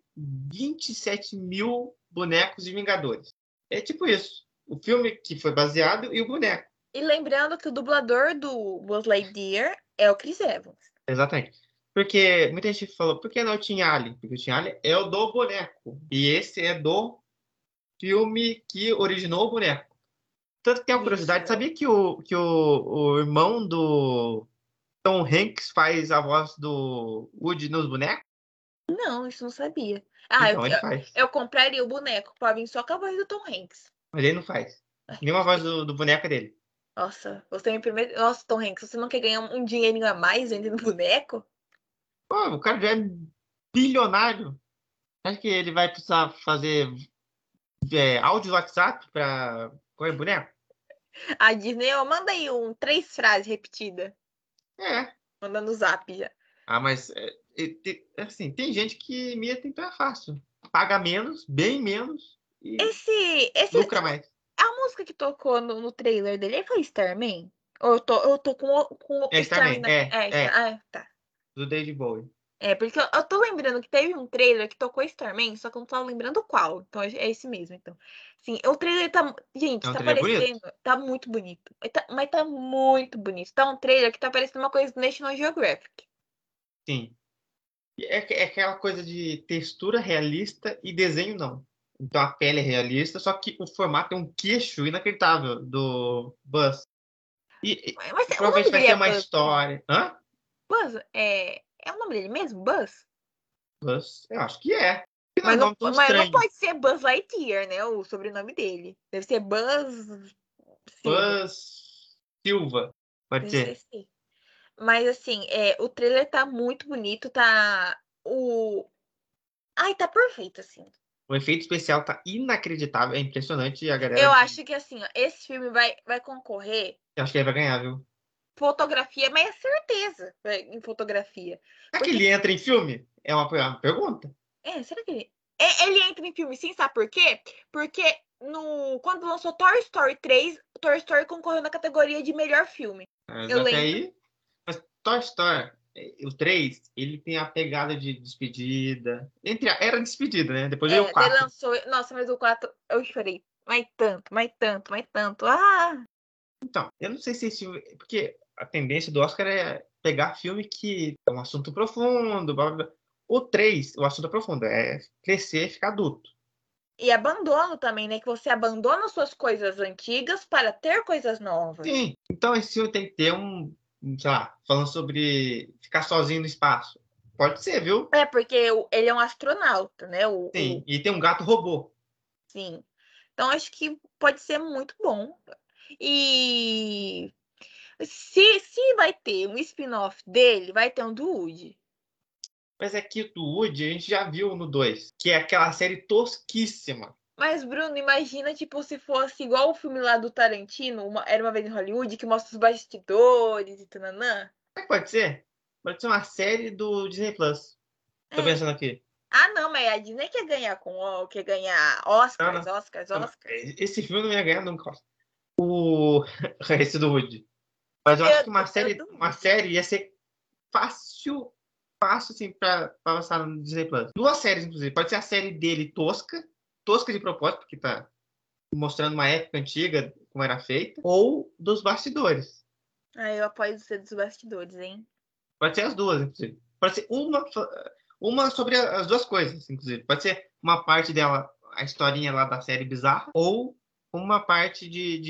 27 mil bonecos de Vingadores. É tipo isso. O filme que foi baseado e o boneco. E lembrando que o dublador do Buzz Lightyear é o Chris Evans. Exatamente. Porque muita gente falou, por que não o Tim Allen? Porque o Tim Allen é o do boneco. E esse é do filme que originou o boneco. Tanto que tem uma curiosidade, Isso. sabia que o irmão do Tom Hanks faz a voz do Woody nos bonecos? Não, isso não sabia. Ah, Então, ele faz. eu compraria o boneco pra vir só com a voz do Tom Hanks. Mas ele não faz. Nenhuma voz do boneco é dele. Nossa, você me primeiro. Nossa, Tom Hanks, você não quer ganhar um dinheirinho a mais vendendo boneco? Pô, o cara já é bilionário. Acha que ele vai precisar fazer áudio do WhatsApp pra correr boneco? A Disney, ó, manda aí três frases repetidas. É. Manda no zap já. Ah, mas assim, tem gente que imita então é fácil. Paga menos, bem menos e lucra mais. A música que tocou no trailer dele foi Starman? Ou eu tô com É Starman Starman, na. Ah, tá. do David Bowie. É, porque eu tô lembrando que teve um trailer que tocou Starman, só que eu não tava lembrando qual. Então é esse mesmo, então. Sim, o trailer tá. É Gente, um tá trailer bonito? parecendo. Tá muito bonito. Mas tá muito bonito. Tá um trailer que tá parecendo uma coisa do National Geographic. Sim. É aquela coisa de textura realista e desenho não. Então a pele é realista, só que o formato é um queixo inacreditável do Buzz. E O provavelmente nome vai dele ter é uma Buzz. história. Hã? Buzz? É o nome dele mesmo? Buzz? Buzz? Eu acho que é. Que não é um nome tão Mas não estranho. pode ser Buzz Lightyear, né? O sobrenome dele. Deve ser Buzz Silva. Buzz Silva. Pode Deve ser ser. assim. Mas assim, o trailer tá muito bonito, tá. Ai, tá perfeito, assim. O efeito especial tá inacreditável, é impressionante. E a galera Eu acho que assim, ó, esse filme vai concorrer. eu acho que ele vai ganhar, viu? fotografia, mas é certeza em fotografia. Será que ele entra em filme? É uma pergunta. Será que ele entra em filme sim, sabe por quê? Porque quando lançou Toy Story 3, Toy Story concorreu na categoria de melhor filme. Mas Eu até lembro. aí. Mas Toy Story, o 3, ele tem a pegada de despedida. Era despedida, né? Depois veio o Daí 4. lançou. Nossa, mas o 4 eu chorei. Mais tanto, mais tanto, mais tanto. Ah! Então, eu não sei se esse. Porque a tendência do Oscar é pegar filme que é um assunto profundo. Blá, blá, blá. O 3, o assunto é profundo, é crescer e ficar adulto. E abandono também, né? Que você abandona suas coisas antigas para ter coisas novas. Sim. Então esse filme tem que ter sei lá, falando sobre ficar sozinho no espaço. Pode ser, viu? Porque ele é um astronauta, né? Sim. E tem um gato robô. Sim. Então acho que pode ser muito bom. E se vai ter um spin-off dele, vai ter um do Woody. Mas é que do Woody a gente já viu no 2, que é aquela série tosquíssima. Mas, Bruno, imagina, tipo, se fosse igual o filme lá do Tarantino, Era Uma Vez em Hollywood, que mostra os bastidores e tananã. Será que pode ser? Pode ser uma série do Disney Plus. Tô É. pensando aqui. Ah, não, mas a Disney quer ganhar quer ganhar Não, Oscars, não. Oscars, Não, Oscars. esse filme não ia ganhar nunca. O... Esse do Woody. Mas eu acho que uma série ia ser fácil, assim, pra lançar no Disney Plus. Duas séries, inclusive. Pode ser a série dele tosca de propósito, porque tá mostrando uma época antiga, como era feita, ou dos bastidores. Eu apoio ser dos bastidores, hein? Pode ser as duas, inclusive. Pode ser uma sobre as duas coisas, inclusive. Pode ser uma parte dela, a historinha lá da série bizarra, ou uma parte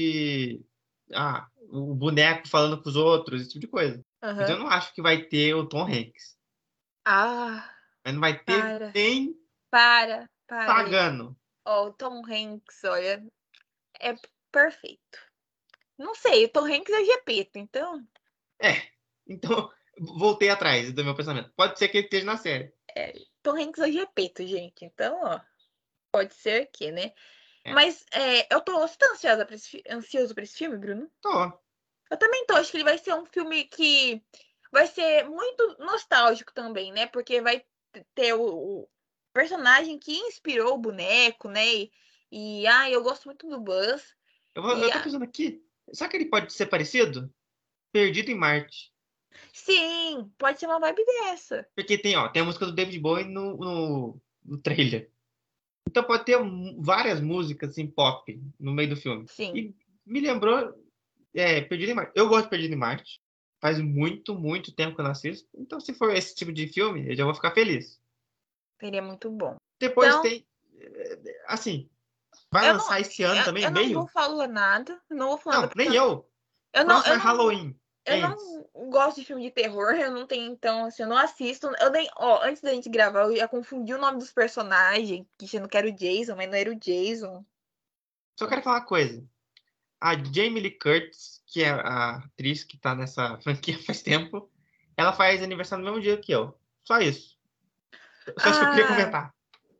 o boneco falando com os outros, esse tipo de coisa. Mas eu Aham. não acho que vai ter o Tom Hanks. Ah, Mas não vai ter para, nem para. pagando. Ó, o Tom Hanks, olha, é perfeito. Não sei, o Tom Hanks é o Gepeto, então. É, então voltei atrás do meu pensamento. Pode ser que ele esteja na série. Tom Hanks é o Gepeto, gente. Então, ó, pode ser que, né? É, Mas eu tô. Você tá ansioso pra esse filme, Bruno? tô. Eu também tô. Acho que ele vai ser um filme que vai ser muito nostálgico também, né? Porque vai ter o personagem que inspirou o boneco, né? Eu gosto muito do Buzz. E Eu tô pensando aqui. Será que ele pode ser parecido? Perdido em Marte. sim, pode ser uma vibe dessa. Porque tem a música do David Bowie no trailer. Então pode ter várias músicas assim, pop no meio do filme. Sim, E me lembrou Perdido em Marte. Eu gosto de Perdido em Marte. Faz muito, muito tempo que eu não assisto. Então, se for esse tipo de filme, eu já vou ficar feliz. seria muito bom. Depois Então, tem. Assim, vai eu não, lançar esse ano também, eu não vou meio? falar nada. Não vou falar nada Não, porque nem eu. eu não, Próximo eu é não, Halloween. eu Ends. não gosto de filme de terror, eu não tenho, então, assim, eu não assisto. Eu nem, ó, antes da gente gravar, eu já confundi o nome dos personagens, dizendo que era o Jason, mas não era o Jason. Só quero falar uma coisa. A Jamie Lee Curtis, que é a atriz que tá nessa franquia faz tempo, ela faz aniversário no mesmo dia que eu. Só isso. Só isso que eu queria Ah, comentar.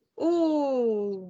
o...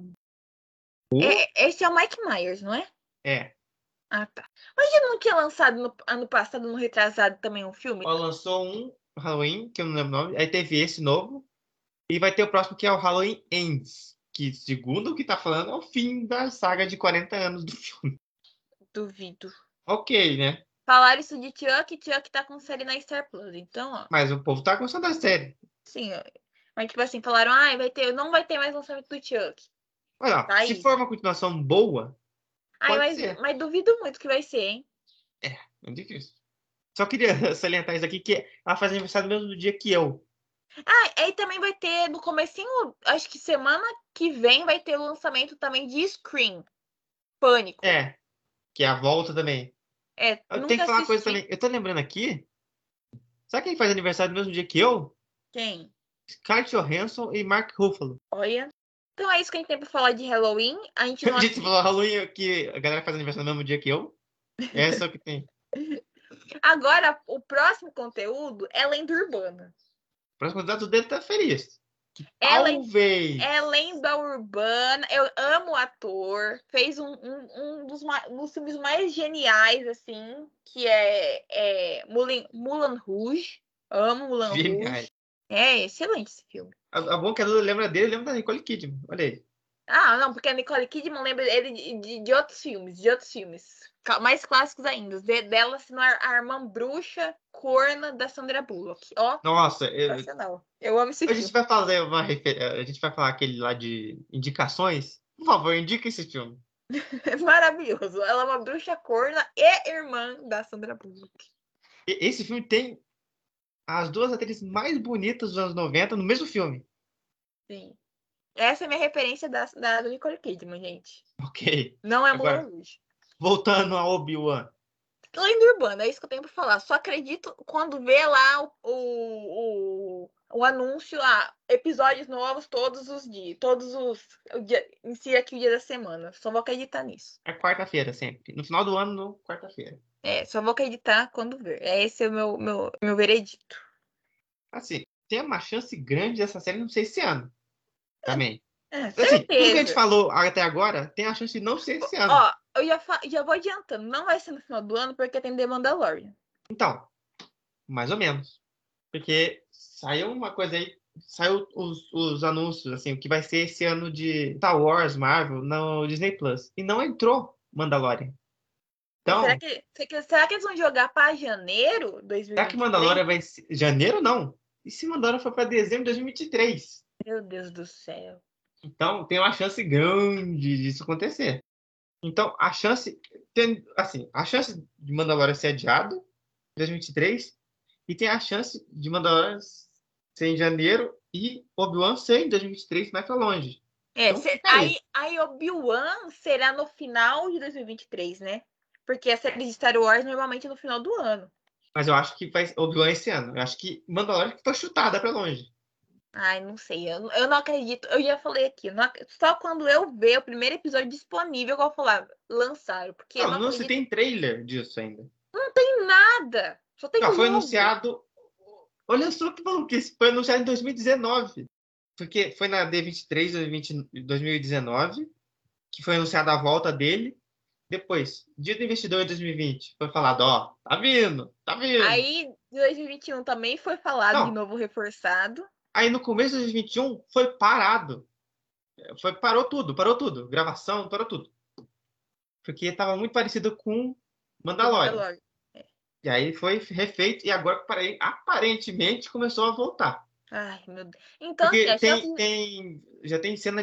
O Esse é o Mike Myers, não é? é. Ah, tá. Mas ele não tinha lançado no ano passado, no retrasado, também um filme? Ela lançou um Halloween, que eu não lembro o nome. Aí teve esse novo. E vai ter o próximo que é o Halloween Ends. Que, segundo o que tá falando, é o fim da saga de 40 anos do filme. Duvido. Ok, né? Falaram isso de Chuck, e Chuck tá com série na Star Plus, então, ó. Mas o povo tá gostando da série. Sim, ó. Mas tipo assim, falaram, não vai ter mais lançamento do Chuck. Olha lá, Tá se for isso. uma continuação boa, pode Mas, ser. mas duvido muito que vai ser, hein? É difícil. Só queria salientar isso aqui, que ela faz aniversário no mesmo dia que eu. Aí também vai ter, no comecinho, acho que semana que vem vai ter o lançamento também de Scream. Pânico. É, que é a volta também. Eu tenho Nunca que falar uma coisa assisti. também. Eu tô lembrando aqui. Sabe quem faz aniversário no mesmo dia que eu? Quem? Scarlett Johansson e Mark Ruffalo. Olha. Então é isso que a gente tem pra falar de Halloween. A gente não A gente assiste. falou Halloween que a galera faz aniversário no mesmo dia que eu. Essa é o que tem. Agora, o próximo conteúdo é lenda urbana. O próximo candidato dele tá feliz. Ela Talvez. é lenda urbana. Eu amo o ator. Fez um dos filmes mais geniais, assim, que é Moulin Rouge. Amo Moulin Geniais. Rouge. É excelente esse filme. A bom que a Duda lembra dele, lembra da Nicole Kidman. Olha aí. Ah, não, porque a Nicole Kidman lembra ele de outros filmes. Mais clássicos ainda. Dela sendo a irmã bruxa corna da Sandra Bullock. Ó, Nossa, sensacional. Eu amo esse a gente filme. vai fazer a gente vai falar aquele lá de indicações. Por favor, indica esse filme. É maravilhoso. Ela é uma bruxa corna e irmã da Sandra Bullock. Esse filme tem as duas atrizes mais bonitas dos anos 90 no mesmo filme. Sim. Essa é a minha referência da Nicole Kidman, gente. Ok. Não é Moulin Agora, Rouge. voltando a Obi-Wan. Lenda urbana, é isso que eu tenho pra falar. Só acredito quando vê lá o anúncio, episódios novos todos os dias. O dia, em si aqui o dia da semana. Só vou acreditar nisso. É quarta-feira sempre. No final do ano, quarta-feira. É, só vou acreditar quando ver. Esse é o meu veredito. Assim, tem uma chance grande dessa série não ser esse ano. Também. É, Assim, tudo que a gente certeza. falou até agora tem a chance de não ser esse ano. Ó, eu já vou adiantando. Não vai ser no final do ano porque tem The Mandalorian. Então, mais ou menos. Porque saiu uma coisa aí, saiu os anúncios, assim, o que vai ser esse ano de Star Wars, Marvel, no Disney Plus. E não entrou Mandalorian. Mas Então, será que eles vão jogar para janeiro será que 2023? Mandalorian vai ser. Janeiro, não? E se Mandalorian for para dezembro de 2023? Meu Deus do céu. Então, tem uma chance grande disso acontecer. Então, a chance. Assim, a chance de Mandalorian ser adiado em 2023 e tem a chance de Mandalorian ser em janeiro e Obi-Wan ser em 2023 mais para longe. É, Então fica aí. aí Obi-Wan será no final de 2023, né? Porque a série de Star Wars normalmente é no final do ano. Mas eu acho que vai Obi-Wan esse ano. Eu acho que Mandalorian foi chutada para longe. Ai, não sei. Eu não acredito. Eu já falei aqui. Só quando eu ver o primeiro episódio disponível que eu vou falar, lançaram. Porque eu Não, não não se acredito. tem trailer disso ainda. Não tem nada. Só tem Não, foi logo. anunciado. Olha só que maluquice. Foi anunciado em 2019. Porque foi na D23 de 2019 que foi anunciada a volta dele. Depois, Dia do Investidor de 2020, foi falado, ó, tá vindo, tá vindo. Aí, 2021 também foi falado de Não, novo reforçado. aí no começo de 2021 foi parado. Parou tudo. Gravação, parou tudo. Porque estava muito parecido com Do Mandalorian. Mandalorian. E aí foi refeito e agora aparentemente começou a voltar. Ai, meu Deus. Então, assim, Porque a chance. já tem cena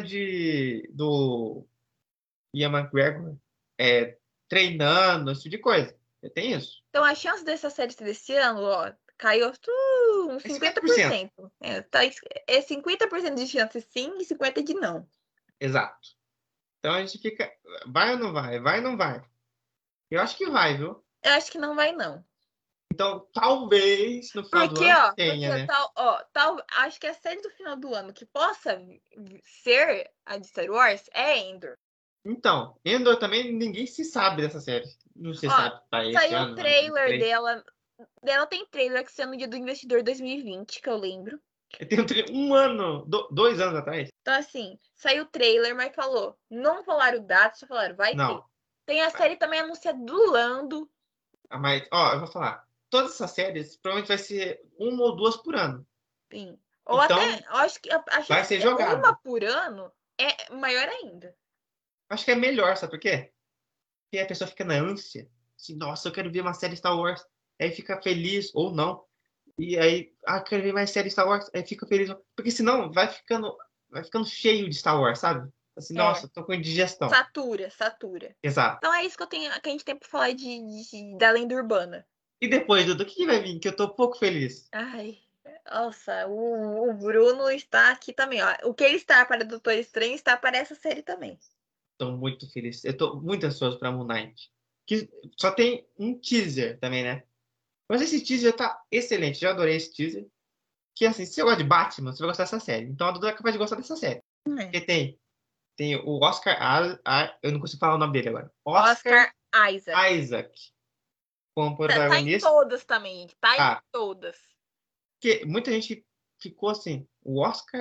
do Ian McGregor treinando, esse tipo de coisa. Já tem isso. Então, a chance dessa série ser desse ano, ó, caiu uns É 50%. 50%. É 50% de chance sim e 50% de não. Exato. Então a gente fica, vai ou não vai? Vai ou não vai? Eu acho que vai, viu? Eu acho que não vai, não. Então talvez no final do ano tenha, né? Acho que a série do final do ano que possa ser a de Star Wars é Endor. Então, Endor também ninguém se sabe dessa série. Não se Ó, sabe se vai esse saiu o ano, vai trailer 23. dela. Dela tem trailer que saiu no dia do Investidor 2020, que eu lembro. Tem um ano, 2 anos atrás. Então, assim, saiu o trailer, mas falou. Não falaram data, só falaram, vai ter. Não. Tem a série também anunciada do Lando. Mas, ó, eu vou falar. Todas essas séries provavelmente vai ser uma ou duas por ano. Sim. Ou até, Então, eu acho que a vai chance de ser ser uma jogado. por ano é maior ainda. Acho que é melhor, sabe por quê? Porque a pessoa fica na ânsia. Assim, nossa, eu quero ver uma série Star Wars. Aí fica feliz ou não. E aí, quero ver mais série Star Wars. Aí fica feliz. Porque senão vai ficando cheio de Star Wars, sabe? Assim, É, nossa, tô com indigestão. satura. Exato. Então é isso que a gente tem pra falar da lenda urbana. E depois, Dudu, o que vai vir? Que eu tô pouco feliz. Ai, nossa, o Bruno está aqui também, ó. O que ele está para Doutor Estranho está para essa série também. Tô muito feliz. Eu tô muito ansioso pra Moon Knight. Que só tem um teaser também, né? Mas esse teaser tá excelente. Já adorei esse teaser. Que assim, se você gosta de Batman, você vai gostar dessa série. Então a Dudu é capaz de gostar dessa série. É. Porque tem o Oscar. Eu não consigo falar o nome dele agora. Oscar Oscar Isaac. Isaac como Tá em protagonista. todas também, tá em todas. Porque muita gente ficou assim. O Oscar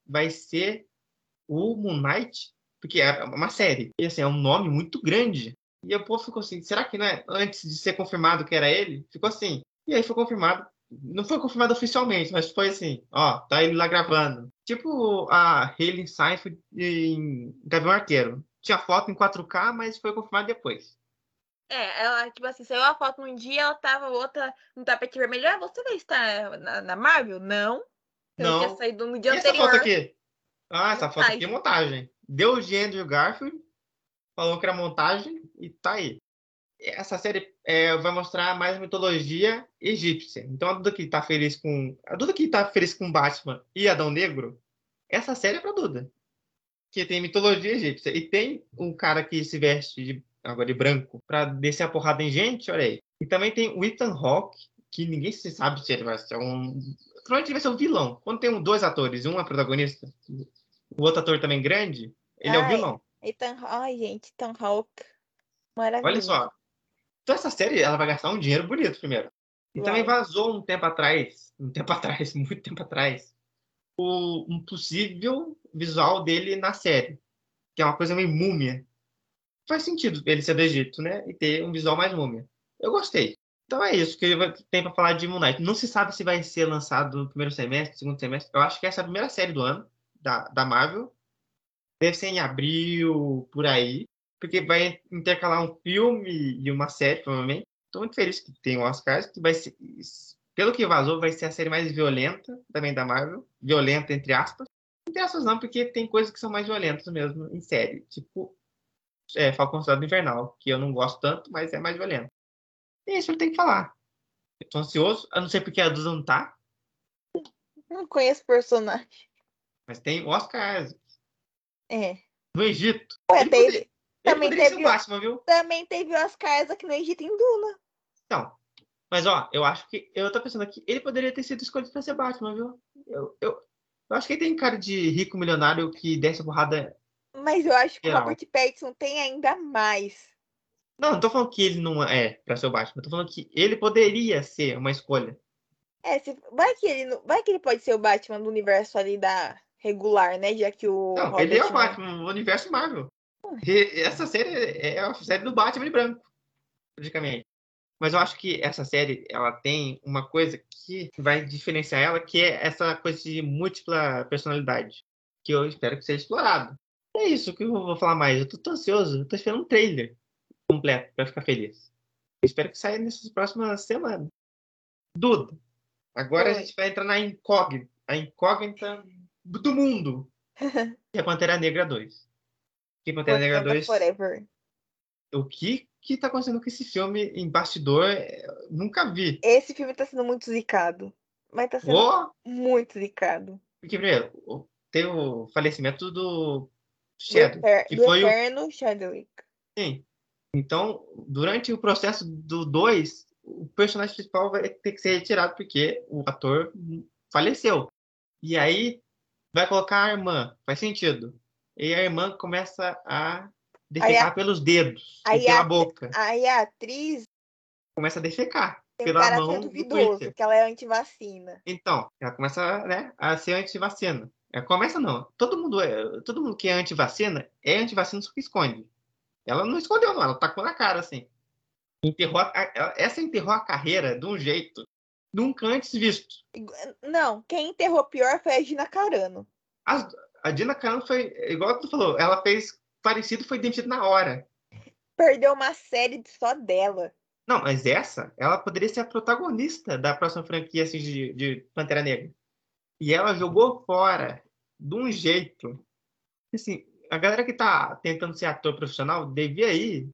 vai ser o Moon Knight, porque é uma série. E assim, é um nome muito grande. E o povo ficou assim, será que não é antes de ser confirmado que era ele? Ficou assim. E aí foi confirmado. Não foi confirmado oficialmente, mas foi assim, ó, tá ele lá gravando. Tipo a Hailey Steinfeld em Gavião Arqueiro. Tinha foto em 4K, mas foi confirmado depois. Ela, tipo assim, saiu a foto num dia, ela tava outra no tapete vermelho. Ah, você vai estar na Marvel? Não. Eu tinha Não. saído no dia E essa foto anterior. aqui? Ah, essa foto aqui é Montagem. montagem. Deu o de Andrew Garfield, falou que era montagem e tá aí. Essa série vai mostrar mais mitologia egípcia. Então a Duda que tá feliz com Batman e Adão Negro, essa série é pra Duda, que tem mitologia egípcia e tem um cara que se veste agora de branco pra descer a porrada em gente, olha aí. E também tem o Ethan Hawke, que ninguém se sabe se ele vai ser provavelmente ele vai ser o vilão. Quando tem dois atores, um é protagonista, o outro ator também grande, ele é o Ai, vilão. ai, gente, Ethan Hawke. Olha Maravilhoso. só, então essa série ela vai gastar um dinheiro bonito primeiro. E também Vai. vazou um tempo atrás, muito tempo atrás, um possível visual dele na série, que é uma coisa meio múmia. Faz sentido ele ser do Egito, né? E ter um visual mais múmia. Eu gostei. Então é isso que eu tenho pra falar de Moon Knight. Não se sabe se vai ser lançado no primeiro semestre, segundo semestre. Eu acho que essa é a primeira série do ano, da Marvel. Deve ser em abril, por aí. Porque vai intercalar um filme e uma série, provavelmente. Estou muito feliz que tem o Oscar, que vai ser, pelo que vazou, vai ser a série mais violenta também da Marvel. Violenta, entre aspas. Entre aspas não, porque tem coisas que são mais violentas mesmo em série. Tipo, Falcão Soldado Invernal, que eu não gosto tanto, mas é mais violento. E é isso que eu tenho que falar. Eu tô ansioso. Eu não sei porque a Duda não tá, Não conheço personagem. mas tem o Oscar Isaac, É. no Egito. Ué, Ele poderia, teve. ele Também poderia ser o teve. Batman, viu? Também teve Oscars aqui no Egito em Duna. Então, mas, ó, eu acho que. Eu tô pensando aqui, ele poderia ter sido escolhido pra ser Batman, viu? Eu acho que ele tem cara de rico milionário que desce a porrada Mas eu acho que o geral. Robert Pattinson tem ainda mais. Não tô falando que ele não é pra ser o Batman. Eu tô falando que ele poderia ser uma escolha. Vai que ele pode ser o Batman do universo ali da regular, né? Já que o Não, ele é Robert o não. Batman, o universo Marvel. E essa série é a série do Batman de branco, praticamente. Mas eu acho que essa série, ela tem uma coisa que vai diferenciar ela, que é essa coisa de múltipla personalidade, que eu espero que seja explorado. É isso que eu vou falar mais. Eu tô ansioso, eu tô esperando um trailer completo para ficar feliz. Eu espero que saia nessas próximas semanas. Duda, agora a Oi. gente vai entrar na incógnita, a incógnita do mundo, que é Pantera Negra 2. Que Pantera Negra Wakanda 2, Forever. o que tá acontecendo com esse filme em bastidor, nunca vi. Esse filme tá sendo muito zicado. Mas tá sendo Vou muito zicado. Porque, primeiro, teve o falecimento do Do, Shadow, que do foi o. Eterno Chadwick. Sim. Então, durante o processo do 2 o personagem principal vai ter que ser retirado porque o ator faleceu. E aí vai colocar a irmã, faz sentido. E a irmã começa a Aí a, defecar pelos dedos e aí pela a, boca. aí a atriz Começa a defecar tem um pela caráter mão do duvidoso, Twitter. que ela é antivacina. Então, ela começa, né, a ser anti-vacina. Começa não. Todo mundo que é anti-vacina só que esconde. Ela não escondeu, não. Ela tacou na cara, assim. Essa enterrou a carreira de um jeito nunca antes visto. Não, quem enterrou pior foi a Gina Carano. As- a Dina Carano foi, igual tu falou, ela fez parecido e foi demitida na hora. Perdeu uma série só dela. Não, mas ela poderia ser a protagonista da próxima franquia assim, de Pantera Negra. E ela jogou fora de um jeito. Assim, a galera que tá tentando ser ator profissional devia ir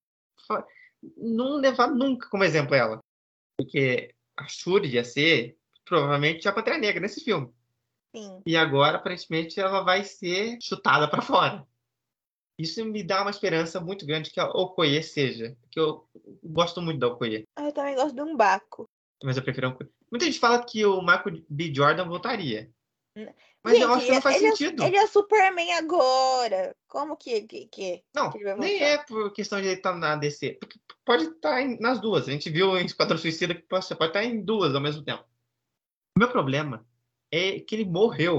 não levar nunca como exemplo ela. Porque a Shuri ia ser provavelmente a Pantera Negra nesse filme. Sim. E agora, aparentemente, ela vai ser chutada para fora. Isso me dá uma esperança muito grande que a Okoye seja. Porque eu gosto muito da Okoye. Ah, eu também gosto de um Baco. Mas eu prefiro a Okoye. Muita gente fala que o Michael B. Jordan voltaria. Mas eu Gente, acho que não faz ele sentido. é Superman agora. Como que Não, ele vai nem voltar? é por questão de ele estar na DC. Porque pode estar nas duas. A gente viu em Esquadrão Suicida que você pode estar em duas ao mesmo tempo. O meu problema é que ele morreu.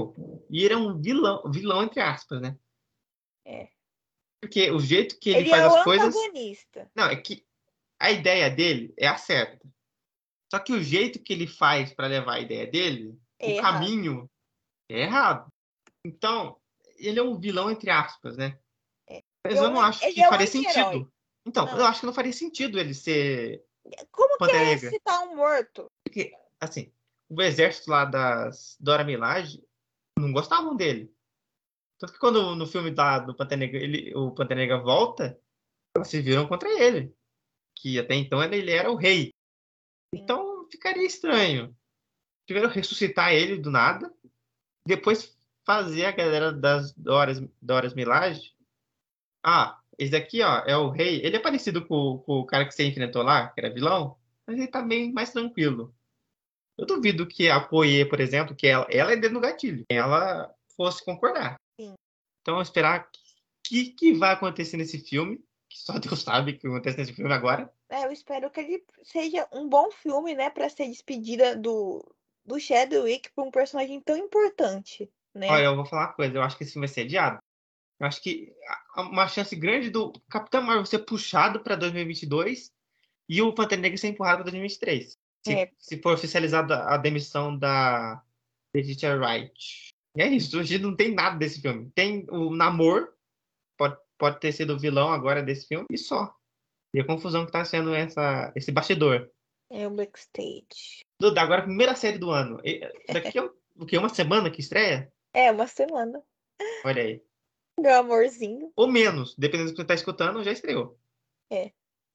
E ele é um vilão entre aspas, né? É. Porque o jeito que ele Ele faz é o as coisas. antagonista. Não, é que a ideia dele é a certa. Só que o jeito que ele faz para levar a ideia dele, o É errado. caminho é errado. Então, ele é um vilão entre aspas, né? É. Mas eu não acho Ele que é um faria anti-herói. sentido. Então, eu Não. acho que não faria sentido ele ser Como que Pantera é Negra. ressuscitar um morto? Porque, assim, o exército lá das Dora Milaje não gostavam dele. Tanto que quando no filme do Pantera Negra, o Pantera Negra volta, elas se viram contra ele. Que até então ele era o rei. Sim. Então ficaria estranho. Tiveram que ressuscitar ele do nada. Depois fazer a galera das Doras Milaje. Ah, esse daqui, ó, é o rei. Ele é parecido com o cara que você enfrentou lá, que era vilão, mas ele tá bem mais tranquilo. Eu duvido que a Poe, por exemplo, que ela é dedo no gatilho, ela fosse concordar. Sim. Então, esperar que vai acontecer nesse filme, que só Deus sabe o que acontece nesse filme agora. Eu espero que ele seja um bom filme, né, para ser despedida do Chadwick por um personagem tão importante, Olha, né? eu vou falar uma coisa, eu acho que esse filme vai ser adiado. Eu acho que há uma chance grande do Capitão Marvel ser puxado para 2022 e o Pantera Negra ser empurrado para 2023. É, Se for oficializada a demissão da Letitia Wright. E é isso, hoje não tem nada desse filme. Tem o Namor, pode ter sido o vilão agora desse filme, e só. E a confusão que tá sendo esse bastidor. é o backstage. Duda, agora a primeira série do ano. Daqui a o quê? Uma semana que estreia? É uma semana. Olha aí. Meu amorzinho. Ou menos, dependendo do que você tá escutando, já estreou. É.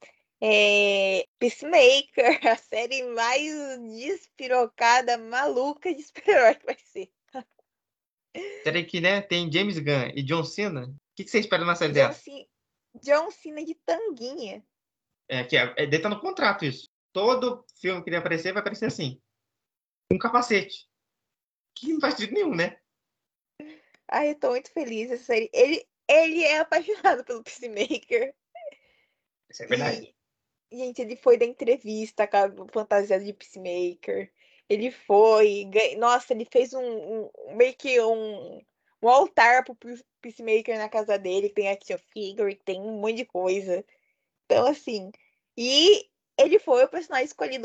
Peacemaker, a série mais despirocada, maluca de super-herói que vai ser. Série que, né, tem James Gunn e John Cena. O que você espera numa série John, dessa? C... John Cena de tanguinha. Deve estar no contrato isso. Todo filme que ele aparecer vai aparecer assim. Um capacete. Que não faz sentido nenhum, né? Ai, eu tô muito feliz. Essa série. Ele é apaixonado pelo Peacemaker. Isso é verdade. E, gente, ele foi da entrevista com a fantasia de Peacemaker. Ele foi. Nossa, ele fez meio que um altar pro Peacemaker na casa dele. Que tem action figure, que tem um monte de coisa. Então, assim. E ele foi o personagem escolhido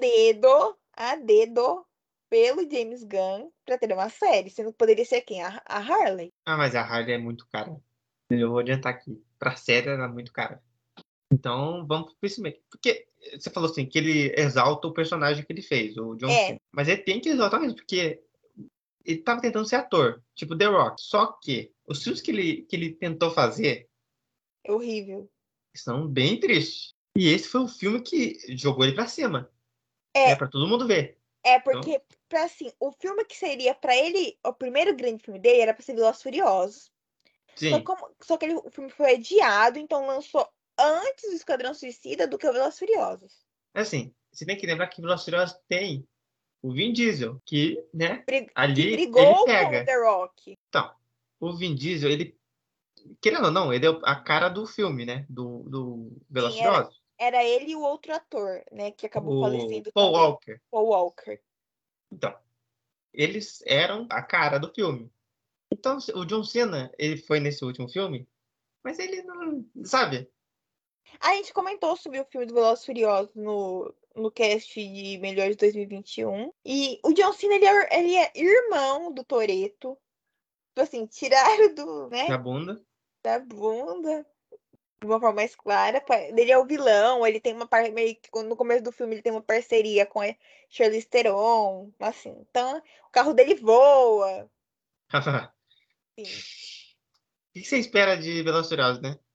a dedo, pelo James Gunn pra ter uma série. Sendo que poderia ser quem? A Harley. Ah, mas a Harley é muito cara. Eu vou adiantar aqui. Pra série ela é muito cara. Então, vamos pro Peacemaker. Porque você falou assim, que ele exalta o personagem que ele fez, o John É, Cena. Mas ele tem que exaltar mesmo, porque ele tava tentando ser ator, tipo The Rock. Só que os filmes que ele tentou fazer é horrível. são bem tristes. E esse foi o filme que jogou ele pra cima, né? É, Pra todo mundo ver. É Então, porque, pra, assim, o filme que seria pra ele, o primeiro grande filme dele era pra ser Velozes e Furiosos. sim. Só que o filme foi adiado, então lançou antes do Esquadrão Suicida do que o Velozes e Furiosos. Assim, você tem que lembrar que Velozes e Furiosos tem o Vin Diesel, que, né, Que ali ele brigou com o pega. The Rock. Então, o Vin Diesel, ele, querendo ou não, ele é a cara do filme, né, do Velozes Sim, e Furiosos. era ele e o outro ator, né, que acabou O falecendo Paul também. Walker. Paul Walker. Então, eles eram a cara do filme. Então, o John Cena, ele foi nesse último filme, mas ele não, sabe? A gente comentou sobre o filme do Velozes e Furiosos no cast de Melhores de 2021. E o John Cena, ele é irmão do Toretto. Tipo assim, tiraram Da né, bunda. da bunda de uma forma mais clara. Ele é o vilão, ele tem meio que no começo do filme ele tem uma parceria com a Charlize Theron, assim. Então, o carro dele voa, O assim. que você espera de Velozes e Furiosos, né?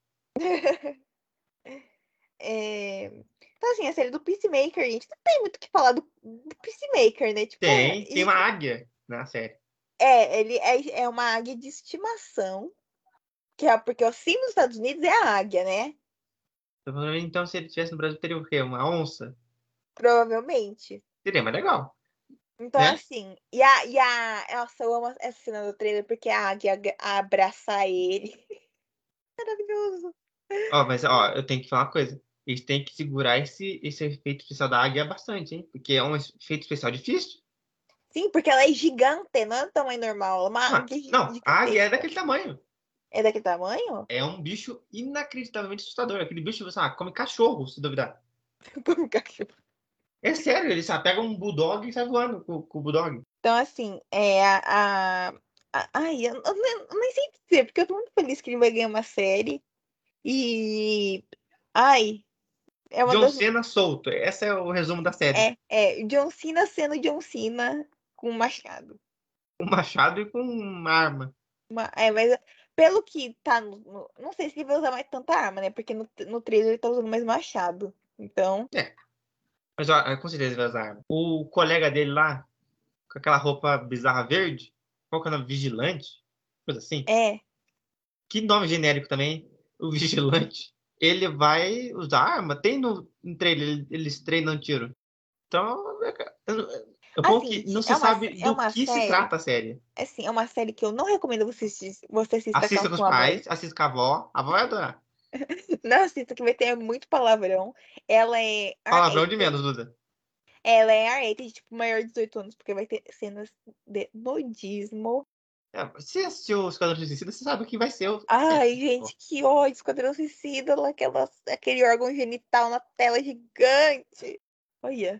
É... Então, assim, a série do Peacemaker, gente, não tem muito o que falar do Peacemaker, né? Tipo, Tem uma águia na série. ele é uma águia de estimação, porque o símbolo dos Estados Unidos é a águia, né? Então, se ele estivesse no Brasil, teria o quê? Uma onça? Provavelmente. Seria mais legal, Então, né? assim, nossa, eu amo essa cena do trailer porque a águia abraçar ele. Maravilhoso. Ó, mas, ó, eu tenho que falar uma coisa. Eles têm que segurar esse efeito especial da águia bastante, hein? Porque é um efeito especial difícil. Sim, porque ela é gigante, não é do tamanho normal. Ela é uma Não, águia não, a águia é gigantesca. daquele tamanho. É daquele tamanho? É um bicho inacreditavelmente assustador. Aquele bicho, sei lá, come cachorro, se duvidar. Como cachorro. É sério, ele só pega um bulldog e sai voando com o bulldog. Então, assim, ai, eu nem sei dizer, porque eu tô muito feliz que ele vai ganhar uma série. E. Ai, é uma John das. Cena solto. Esse é o resumo da série. John Cena sendo John Cena com um machado. Um machado e com uma arma. Mas pelo que tá não sei se ele vai usar mais tanta arma, né? Porque no trailer ele tá usando mais machado. Então, É, mas ó, com certeza ele vai usar arma. O colega dele lá, com aquela roupa bizarra verde, qual que é o nome? Vigilante? Coisa assim. é. Que nome genérico também. O Vigilante. Ele vai usar arma. Tem no trailer, eles treinam tiro. Então, é bom Assim, que não é se uma, sabe é do uma que se série. trata a série. Assim, é uma série que eu não recomendo você assista com Assista a com os sua mãe. pais, assista com a avó. A avó vai adorar. Não assista, que vai ter muito palavrão. Ela é Palavrão de R-rated. menos, Duda. Ela é R-rated, tipo, maior de 18 anos, porque vai ter cenas de nudismo. É, se assistiu o Esquadrão Suicida, você sabe o que vai ser. Ai, gente, que ódio, Esquadrão Suicida, lá, aquele órgão genital na tela gigante. Olha,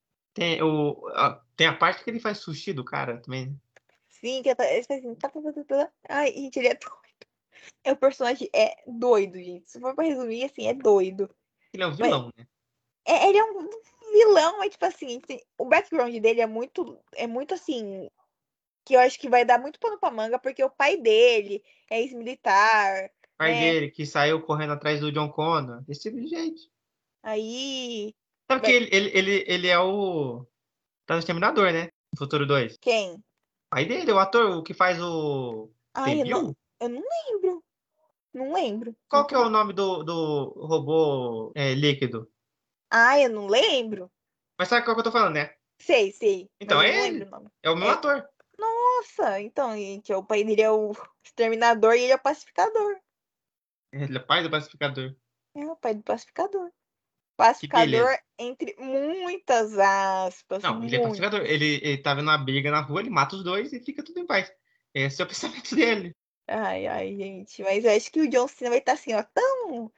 Tem a parte que ele faz sushi do cara também. sim, que ele faz assim, tá. Ai, gente, ele é doido. O personagem é doido, gente. Se for pra resumir, assim, é doido. Ele é um Mas, vilão, né? ele é um vilão, mas, tipo assim, o background dele é muito assim, que eu acho que vai dar muito pano pra manga, porque o pai dele é ex-militar, O pai né? dele que saiu correndo atrás do John Connor. Esse tipo de gente. Aí. Sabe que Vai... ele é o. Tá no Exterminador, né? No Futuro 2. O Quem? pai dele, o ator, o que faz o. Você Ai, viu? eu não lembro. Não lembro. Qual que é o nome do robô líquido? Ai, eu não lembro. Mas sabe qual que eu tô falando, né? Sei, mas Então eu é não lembro o ele. nome. É o meu ator. Nossa, então, gente, o pai dele é o exterminador e ele é o pacificador. Ele é pai do pacificador. É o pai do pacificador. Que Pacificador, beleza. entre muitas aspas, Não, ele é pacificador. muitas. Ele tá vendo uma briga na rua, ele mata os dois e fica tudo em paz. Esse é o pensamento dele. Ai, ai, gente, mas eu acho que o John Cena vai estar assim, ó, tão.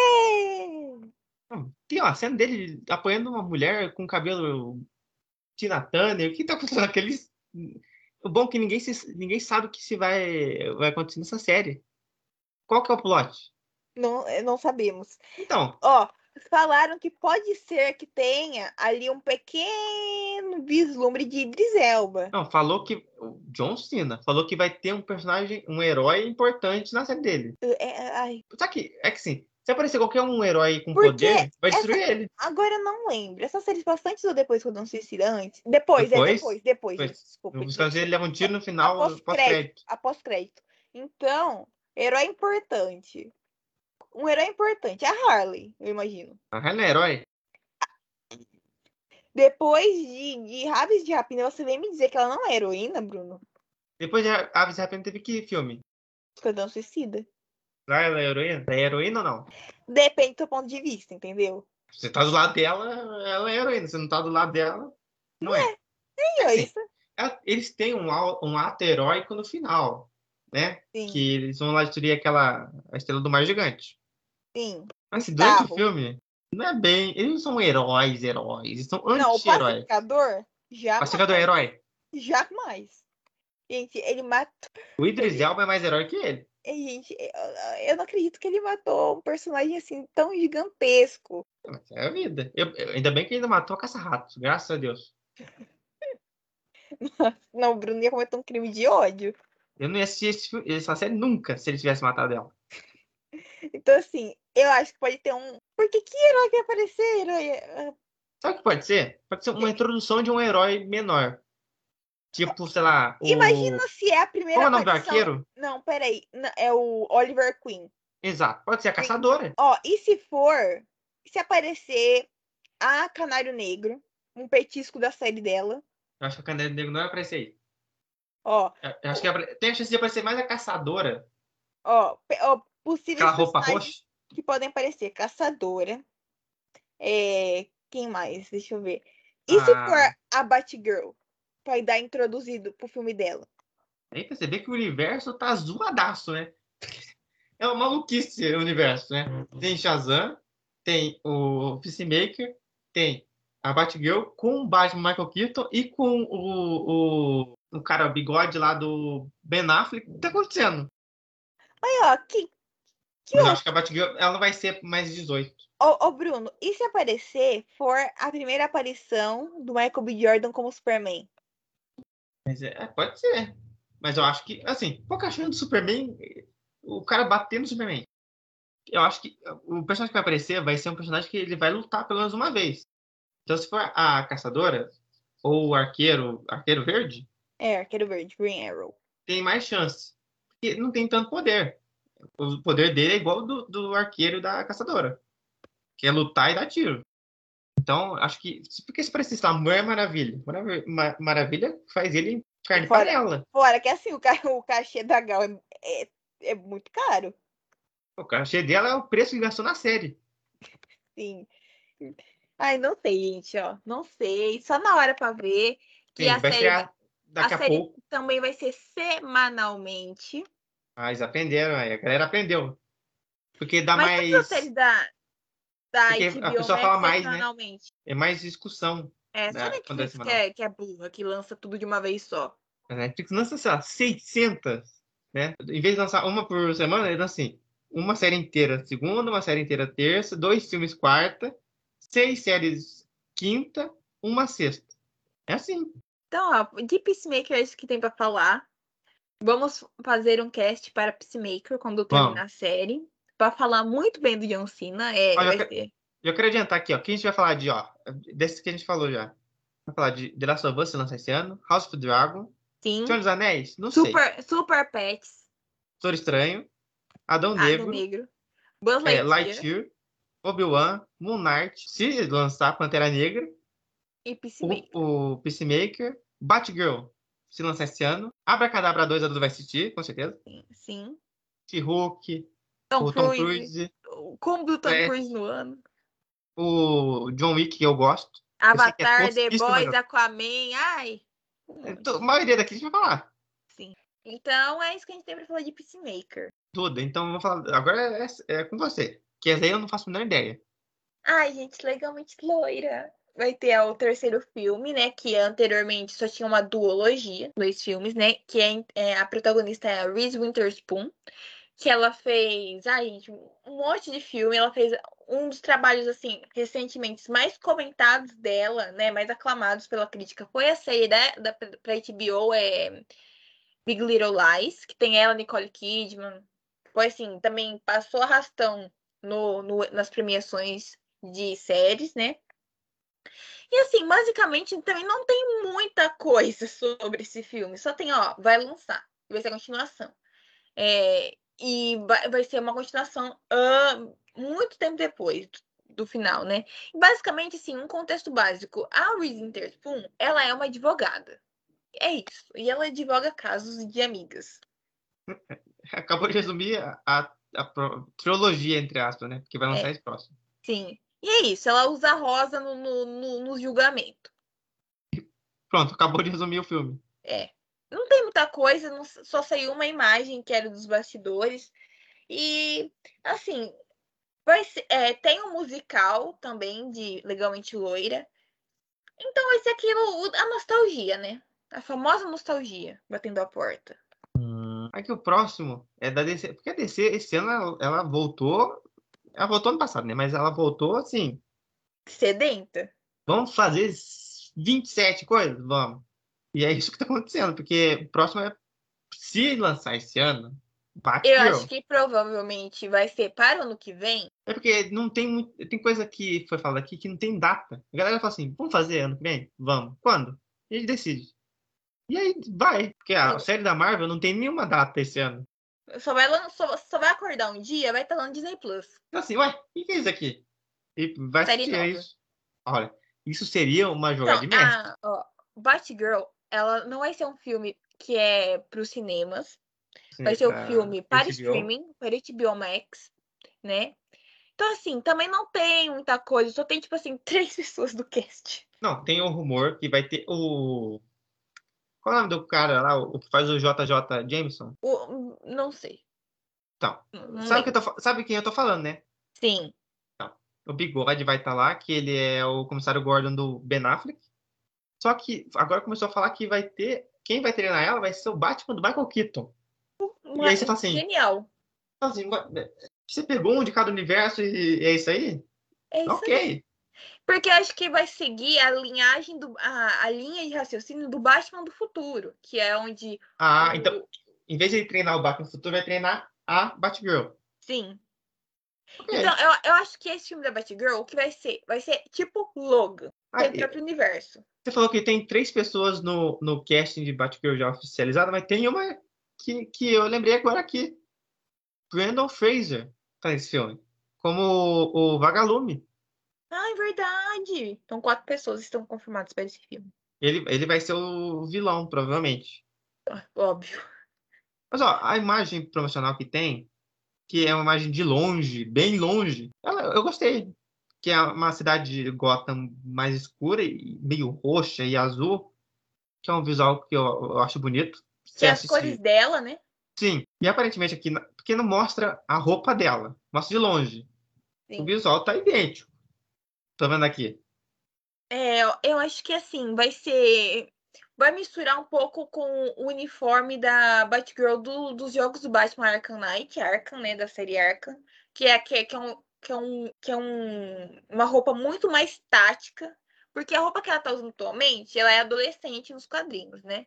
É! Não, tem uma cena dele apoiando uma mulher com cabelo Tina Turner. O que tá acontecendo aqueles. O bom é que ninguém sabe o que se vai acontecer nessa série. Qual que é o plot? Não, não sabemos. Então, Ó, falaram que pode ser que tenha ali um pequeno vislumbre de Idris Elba. não, falou que. O John Cena falou que vai ter um personagem, um herói importante na série dele. Ai, Só que, é que assim, se aparecer qualquer um herói com porque poder, vai essa. destruir ele. Agora eu não lembro. Essa série bastante ou depois quando não suicida antes? Depois, Depois, gente, desculpa. os Estados Unidos levam um tiro no final, Após crédito, pós-crédito. após crédito. Então, herói importante. Um herói importante. A Harley, eu imagino. A Helen é herói. Depois de Aves de Rapina, você vem me dizer que ela não é heroína, Bruno? Depois de Aves de Rapina teve que filme? Esquadrão Suicida. Lá ela é heroína? É heroína ou não? Depende do seu ponto de vista, entendeu? Você tá do lado dela, ela é heroína. Você não tá do lado dela, não é. É E que ó, assim, isso? eles têm um ato heróico no final, né? Sim, Que eles vão lá destruir a estrela do mar gigante. sim. Mas assim, durante o Starro. filme, não é bem. Eles não são heróis. Eles são Não, o anti-heróis. pacificador, Pacificador é jamais. herói. Jamais. Gente, ele matou. O Idris Ele... Elba é mais herói que ele. Gente, eu não acredito que ele matou um personagem assim tão gigantesco. Mas é a vida. Ainda bem que ele não matou a caça-ratos, graças a Deus. Não, o Bruno ia cometer um crime de ódio. Eu não ia assistir essa série nunca se ele tivesse matado ela. Então, assim, eu acho que pode ter um. Porque que herói que vai aparecer? Herói. Sabe o que pode ser? Pode ser uma introdução de um herói menor. Tipo, sei lá, o. Imagina se é a Qual primeira é o nome do aparição. arqueiro? Não, peraí. É o Oliver Queen. Exato. Pode ser a caçadora. Ó, e se for. Se aparecer a Canário Negro, um petisco da série dela. Eu acho que a Canela Negro não vai aparecer aí. Ó, Eu acho que tem a chance de aparecer mais a caçadora. ó, possíveis Aquela roupa personagens roxa. que podem aparecer. Caçadora. Quem mais? Deixa eu ver. E se for A... a Batgirl? vai dar introduzido pro filme dela. Aí você vê que o universo tá zoadaço, né? É uma maluquice o universo, né? Tem Shazam, tem o Peacemaker, tem a Batgirl com o Batman Michael Keaton e com o cara, o bigode lá do Ben Affleck. O que tá acontecendo? Aí, ó, que Mas eu acho que a Batgirl, ela não vai ser mais 18. Ô, Bruno, e se aparecer for a primeira aparição do Michael B. Jordan como Superman? Mas pode ser. Mas eu acho que, assim, qual que é a chance do Superman, o cara bater no Superman? Eu acho que o personagem que vai aparecer vai ser um personagem que ele vai lutar pelo menos uma vez. Então, se for a caçadora ou o arqueiro verde, Arqueiro Verde, Green Arrow. tem mais chance. Porque não tem tanto poder. O poder dele é igual ao do arqueiro e da caçadora, que é lutar e dar tiro. Então, acho que. Porque se parecesse a Mulher Maravilha. Maravilha faz ele carne panela. Fora que assim, o cachê da Gal é muito caro. O cachê dela é o preço que gastou na série. Sim. Ai, não sei, gente, ó. Não sei. Só na hora pra ver que Sim, vai estrear a daqui a série pouco. também vai ser semanalmente. Ah, eles aprenderam aí. A galera aprendeu. Porque dá Mas todas as séries mais. da Porque a HBO pessoa fala Max é mais, né? semanalmente. É mais discussão, É, só a né, quando é Netflix semanal. que é burra, que lança tudo de uma vez só. A Netflix lança, sei lá, 600, né? Em vez de lançar uma por semana, ele lança assim, uma série inteira segunda, uma série inteira terça, 2 filmes quarta, 6 séries quinta, uma sexta. É assim. Então, ó, de Peacemaker é isso que tem pra falar. Vamos fazer um cast para Peacemaker quando terminar Vamos. a série. Pra falar muito bem do John Cena. Ó, Vai ser. eu quero adiantar aqui, ó. Que a gente vai falar de, ó, desses que a gente falou já. Vai falar de The Last of Us, se lançar esse ano, House of the Dragon, Sim. Senhor dos Anéis, não sei. Super Pets. Doutor Estranho, Adão Adão Negro, Negro. Buzz Lightyear. Lightyear, Obi-Wan, Moon Knight, se lançar Pantera Negra, E Peacemaker. o Peacemaker, Batgirl, se lançar esse ano, Abracadabra 2 a Dudu vai assistir, com certeza, Sim. She-Hulk, Tom o Tom Cruise. Cruise, O combo do Tom Flash, Cruise no ano. o John Wick, que eu gosto. Eu sei que é Avatar, The tosquíssimo, mas Boys, eu... Aquaman. Ai. A maioria daqui a gente vai falar. Sim. Então é isso que a gente tem pra falar de Peacemaker. Tudo, então eu vou falar. Agora é com você. Que essa aí eu não faço a menor ideia. Ai, gente, legalmente loira. Vai ter o terceiro filme, né? Que anteriormente só tinha uma duologia, 2 filmes, né? Que a protagonista é a Reese Witherspoon, que ela fez, ai, gente, um monte de filme. Ela fez um dos trabalhos, assim, recentemente mais comentados dela, né? Mais aclamados pela crítica. Foi a série pra HBO, Big Little Lies, que tem ela, Nicole Kidman. Foi assim, também passou arrastão nas premiações de séries, né? E assim, basicamente também não tem muita coisa sobre esse filme. Só tem, ó, vai lançar, vai ser a continuação. E vai ser uma continuação muito tempo depois do final, né? E basicamente, assim, um contexto básico. A Reese Witherspoon, ela é uma advogada. É isso. E ela advoga casos de amigas. Acabou de resumir a trilogia, entre aspas, né? Porque vai lançar É, esse próximo. sim. E é isso. Ela usa rosa no julgamento. Pronto, acabou de resumir o filme. É. Não tem muita coisa, só saiu uma imagem que era dos bastidores. E, assim, tem um musical também de Legalmente Loira. Então vai ser aquilo, a nostalgia, né? A famosa nostalgia batendo a porta. Aqui o próximo é da DC. Porque a DC, esse ano, ela voltou. Ela voltou ano passado, né? Mas ela voltou assim. Sedenta. Vamos fazer 27 coisas? Vamos. E é isso que tá acontecendo. Porque o próximo é. Se lançar esse ano, Eu Batgirl. acho que provavelmente vai ser para o ano que vem. É porque não tem muito. Tem coisa que foi falada aqui que não tem data. A galera fala assim: vamos fazer ano que vem? Vamos. Quando? E a gente decide. E aí vai. Porque a Sim, série da Marvel não tem nenhuma data esse ano. só vai acordar um dia, vai estar lá no Disney Plus. Então assim, ué, o que é isso aqui? E vai Série assistir, é nova. isso. Olha, isso seria uma jogada Então, de mestre. Batgirl, ela não vai ser um filme que é para os cinemas. Sim, Vai ser um pra filme para HBO. streaming, para HBO Max, né? Então, assim, também não tem muita coisa. Só tem, tipo assim, 3 pessoas do cast. Não, tem o rumor que vai ter Qual é o nome do cara lá, o que faz o JJ Jameson? Não sei. Então, Não sabe, lembro. sabe quem eu tô falando, né? Sim. Então, o Bigode vai estar lá, que ele é o comissário Gordon do Ben Affleck. Só que agora começou a falar que vai ter. Quem vai treinar ela vai ser o Batman do Michael Keaton. E aí você Genial. fala assim, você pegou um de cada universo e é isso aí? É isso aí. Ok. Porque eu acho que vai seguir a linhagem a linha de raciocínio do Batman do futuro, que é onde Ah, então, o. em vez de ele treinar o Batman no futuro, vai treinar a Batgirl. Sim. Então, Ok. eu acho que esse filme da Batgirl, o que vai ser tipo Logan, Ah, tem próprio universo. você falou que tem 3 pessoas no casting de Batgirl já oficializada, mas tem uma que eu lembrei agora aqui. Brandon Fraser tá nesse filme. Como o Vagalume. Ah, é verdade. Então, 4 pessoas estão confirmadas para esse filme. Ele vai ser o vilão, provavelmente. Óbvio. Mas ó, a imagem promocional que tem, que é uma imagem de longe, bem longe, eu gostei. Que é uma cidade de Gotham mais escura e meio roxa e azul, que é um visual que eu acho bonito. Que Você é as cores assiste. dela, né? Sim, e aparentemente aqui, porque não mostra a roupa dela, mostra de longe. O Sim. visual tá idêntico. Tô vendo aqui. É, eu acho que assim, vai ser. Vai misturar um pouco com o uniforme da Batgirl dos jogos do Batman Arkham Knight, Arkham, né? Da série Arkham, uma roupa muito mais tática, porque a roupa que ela tá usando atualmente, ela é adolescente nos quadrinhos, né?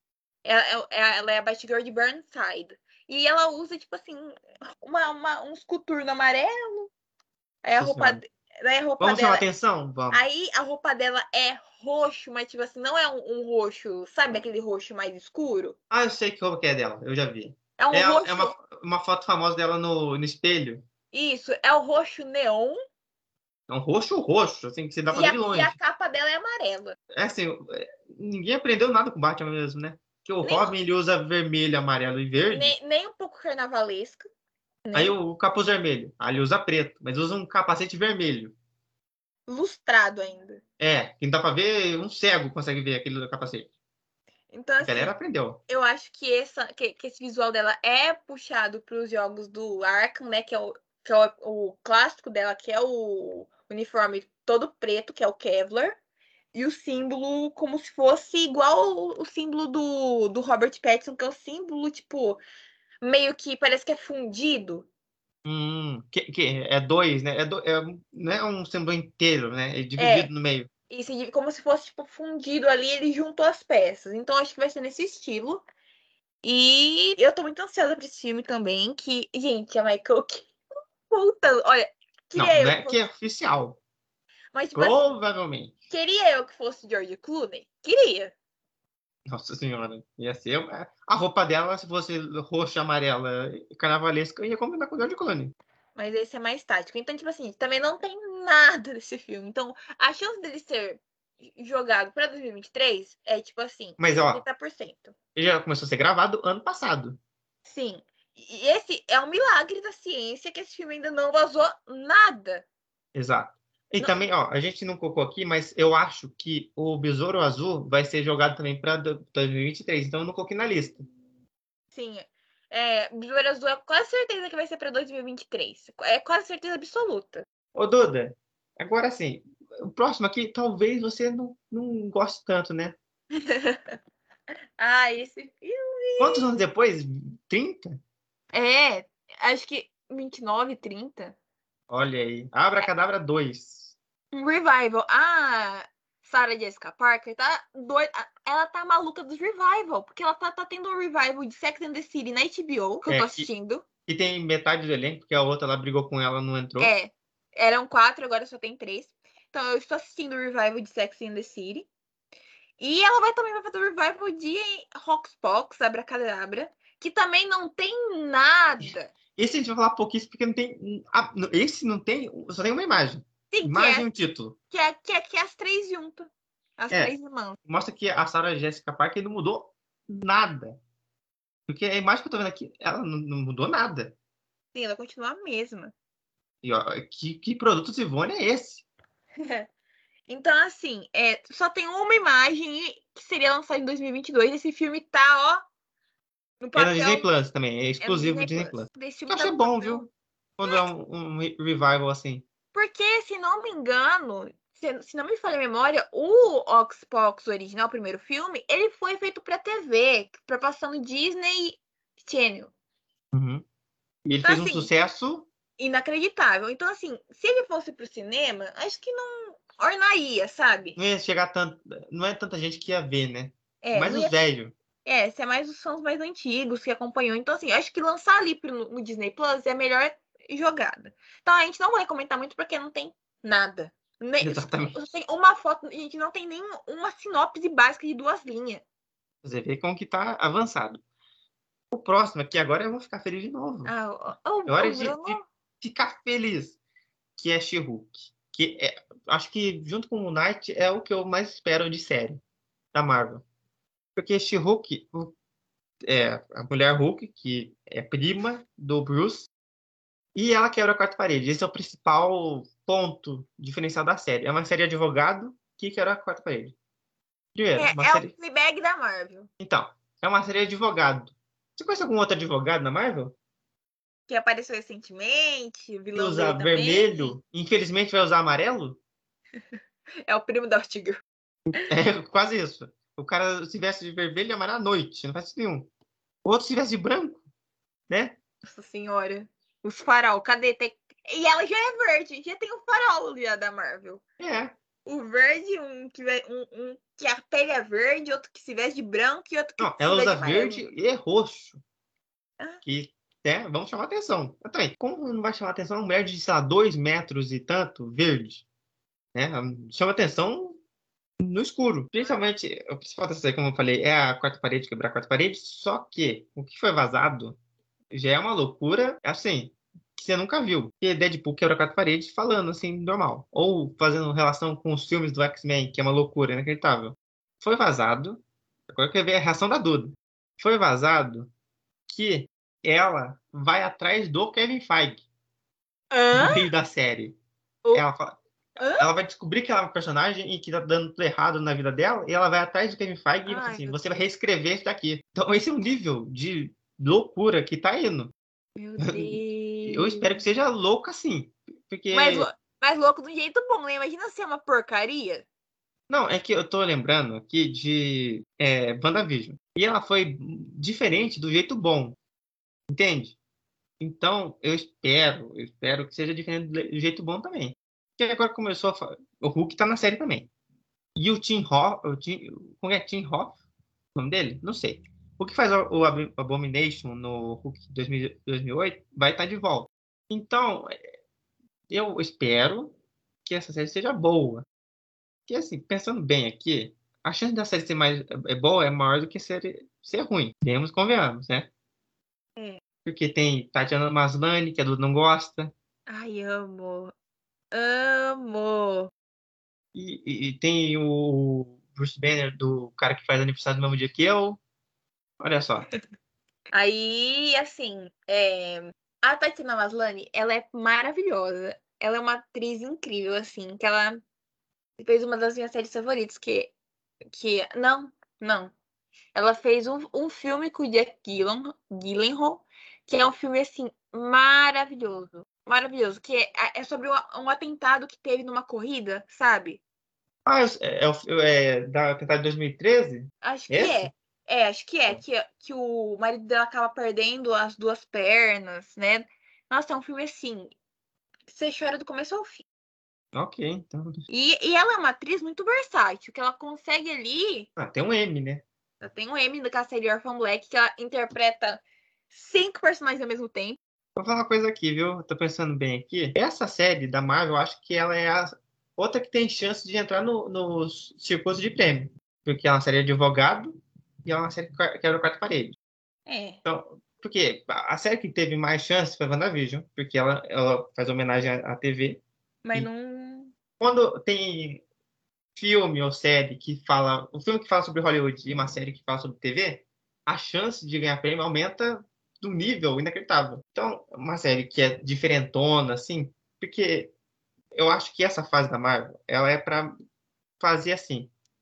Ela é a Batgirl de Burnside. E ela usa, tipo assim, uns coturnos amarelos. Aí a Nossa roupa, senhora. daí a roupa Vamos chamar dela atenção? Vamos. Aí a roupa dela é roxo, mas tipo assim, não é um roxo, sabe aquele roxo mais escuro? Ah, eu sei que roupa que é dela, eu já vi. É um É roxo, uma foto famosa dela no espelho. isso, é o roxo neon É um roxo roxo, assim, que você dá pra ver de e a longe. capa dela é amarela. É assim, ninguém aprendeu nada com o Batman mesmo, né? Que o Nem, Robin ele usa vermelho, amarelo e verde. nem um pouco carnavalesca, Aí né? o capuz vermelho. Aí ele usa preto, mas usa um capacete vermelho. Lustrado ainda. É, que não dá pra ver, um cego consegue ver aquele capacete. Então, A galera assim, aprendeu. eu acho que, que esse visual dela é puxado para os jogos do Arkham, né? Que é o clássico dela, que é o uniforme todo preto, que é o Kevlar. E o símbolo como se fosse igual o símbolo do Robert Pattinson, que é o símbolo, tipo, meio que parece que é fundido. Que é dois, né? Não é um símbolo inteiro, né? É É, dividido no meio. isso, como se fosse, tipo, fundido ali, ele juntou as peças. Então, acho que vai ser nesse estilo. E eu tô muito ansiosa pra esse filme também, que, gente, a Michael Keaton voltando. Olha, Não, queria não eu que é que é fosse. oficial. Mas, tipo assim, Provavelmente. queria eu que fosse George Clooney? Queria. Nossa senhora. Ia ser. A roupa dela, se fosse roxa, amarela e carnavalesca, ia combinar com o George Clooney. Mas esse é mais tático. Então, tipo assim, também não tem nada desse filme. Então, a chance dele ser jogado pra 2023 é, tipo assim, Mas, ó, 80%. ele já começou a ser gravado ano passado. Sim. E esse é um milagre da ciência que esse filme ainda não vazou nada. Exato. E Não, também, ó, a gente não colocou aqui, mas eu acho que o Besouro Azul vai ser jogado também para 2023. Então eu não coloquei na lista. sim. Besouro Azul é quase certeza que vai ser pra 2023. É quase certeza absoluta. Ô, Duda, agora sim, o próximo aqui, talvez você não goste tanto, né? Ah, esse filme. Quantos anos depois? 30. Acho que 29, 30. Olha aí. Abracadabra 2. Um revival. A Sarah Jessica Parker tá doida. Ela tá maluca dos revival. Porque ela tá tendo um revival de Sex and the City na HBO, que eu tô É, assistindo. e tem metade do elenco, porque a outra lá brigou com ela, não entrou. É. Eram 4, agora só tem 3. Então eu estou assistindo o revival de Sex and the City. E ela também vai fazer o revival de Roxbox, Abracadabra. Que também não tem nada. Esse a gente vai falar pouquíssimo, porque não tem. Esse não tem. Só tem uma imagem. Sim, Imagem e um título. que é as 3 juntas. As É. 3 irmãs. Mostra que a Sarah Jessica Parker não mudou nada. Porque a imagem que eu tô vendo aqui, ela não mudou nada. Sim, ela continua a mesma. E ó, que produto Zivone é esse? Então, assim, só tem uma imagem que seria lançado em 2022. Esse filme tá, ó, no É na Disney papel. Plus também, é É no exclusivo Disney Disney Plus. Plus. Esse Eu filme tá achei no bom, papel. viu? Quando é um revival assim. Porque, se não me engano, se não me falha a memória, o Oxpox original, o primeiro filme, ele foi feito pra TV, pra passar no Disney Channel. Uhum. E ele Então, fez um assim, sucesso. inacreditável. Então, assim, se ele fosse pro cinema, acho que não ornaria, sabe? Não ia chegar tanto. Não é tanta gente que ia ver, né? É, Mas não os ia. velhos. É, se é mais os fãs mais antigos que acompanham. Então, assim, acho que lançar ali no Disney Plus é a melhor jogada. Então, a gente não vai comentar muito porque não tem nada. Exatamente. Tem uma foto, a gente não tem nem uma sinopse básica de 2 linhas. Você vê como que tá avançado. O próximo aqui agora eu vou ficar feliz de novo. Ah, É hora o de Bruno. ficar feliz. Que é She-Hulk. Acho que junto com o Moon Knight é o que eu mais espero de série da Marvel. Porque She-Hulk é a mulher Hulk, que é prima do Bruce, e ela quebra a quarta parede. Esse é o principal ponto diferencial da série. É uma série de advogado que quebra a quarta parede. Primeiro, uma É o série. Fleabag da Marvel. Então, é uma série de advogado. Você conhece algum outro advogado na Marvel? Que apareceu recentemente, o Que vilão usa dele também. vermelho, infelizmente vai usar amarelo? É o primo da Ortiga. É quase isso. O cara se veste de vermelho e amarelo à noite, não faz sentido nenhum. O outro se veste de branco, né? Nossa senhora. Os farol, cadê? E ela já é verde, já tem o farol ali da Marvel. É. O verde, um que a pele é verde, outro que se veste de branco e outro que Não, se ela veste usa de amarelo. verde e roxo. Ah, Que, né, vamos chamar atenção. Eu também, como não vai chamar atenção uma mulher de, sei lá, 2 metros e tanto, verde? Né? Chama atenção no escuro. Principalmente, o principal dessa série, como eu falei, é a quarta parede, quebrar a quarta parede. Só que o que foi vazado já é uma loucura, assim, que você nunca viu. Que Deadpool quebra a quarta parede falando assim, normal. Ou fazendo relação com os filmes do X-Men, que é uma loucura inacreditável. Foi vazado. Agora eu quero ver a reação da Duda. Foi vazado que ela vai atrás do Kevin Feige hã? no meio da série. O, Ela, fala- hã? ela vai descobrir que ela é uma personagem e que tá dando tudo errado na vida dela, e ela vai atrás do Kevin Feige e vai falar Ai, assim: meu você vai Deus. reescrever isso daqui. Então, esse é um nível de loucura que tá indo. Meu Eu espero que Deus. seja louco assim. Mas, Porque. mas louco de um jeito bom, né? Imagina se é uma porcaria. Não, é que eu tô lembrando aqui de WandaVision. E ela foi diferente do jeito bom, entende? Então, eu espero que seja diferente do jeito bom também. Porque agora começou o Hulk tá na série também. E o Tim Roth, como é Tim Roth? O nome dele? Não sei. O que faz o Abomination no Hulk 2008 vai estar de volta. Então, eu espero que essa série seja boa. Porque, assim, pensando bem aqui, a chance da série ser mais boa é maior do que ser ruim. Vemos, convenhamos, né? É. Porque tem Tatiana Maslany, que a Duda não gosta. Ai, amo. Amo. E tem o Bruce Banner, do cara que faz aniversário no mesmo dia que eu. Olha só. Aí, assim, a Tatiana Maslany, ela é maravilhosa. Ela é uma atriz incrível, assim, que ela fez uma das minhas séries favoritas, não, não. Ela fez um filme com o Jack Gyllenhaal, que é um filme, assim, maravilhoso. Maravilhoso, que é sobre um atentado que teve numa corrida, sabe? Ah, da tentada de 2013? Acho que Esse? é. Acho que é. Que o marido dela acaba perdendo as 2 pernas, né? Nossa, é um filme assim. Você chora do começo ao fim. Ok, então. E ela é uma atriz muito versátil, que ela consegue ali. Ah, tem um M, né? Ela tem um Emmy da Cassie Orphan Black, que ela interpreta 5 personagens ao mesmo tempo. Vou falar uma coisa aqui, viu? Tô pensando bem aqui. Essa série da Marvel, eu acho que ela é a outra que tem chance de entrar nos circuitos de prêmio. Porque é uma série de advogado e é uma série que quebra a quarta parede. É, Então, porque a série que teve mais chance foi WandaVision, porque ela faz homenagem à TV. mas E não. quando tem filme ou série que fala, um filme que fala sobre Hollywood e uma série que fala sobre TV, a chance de ganhar prêmio aumenta do nível inacreditável. Então, uma série que é diferentona, assim, porque eu acho que essa fase da Marvel, ela é para fazer assim.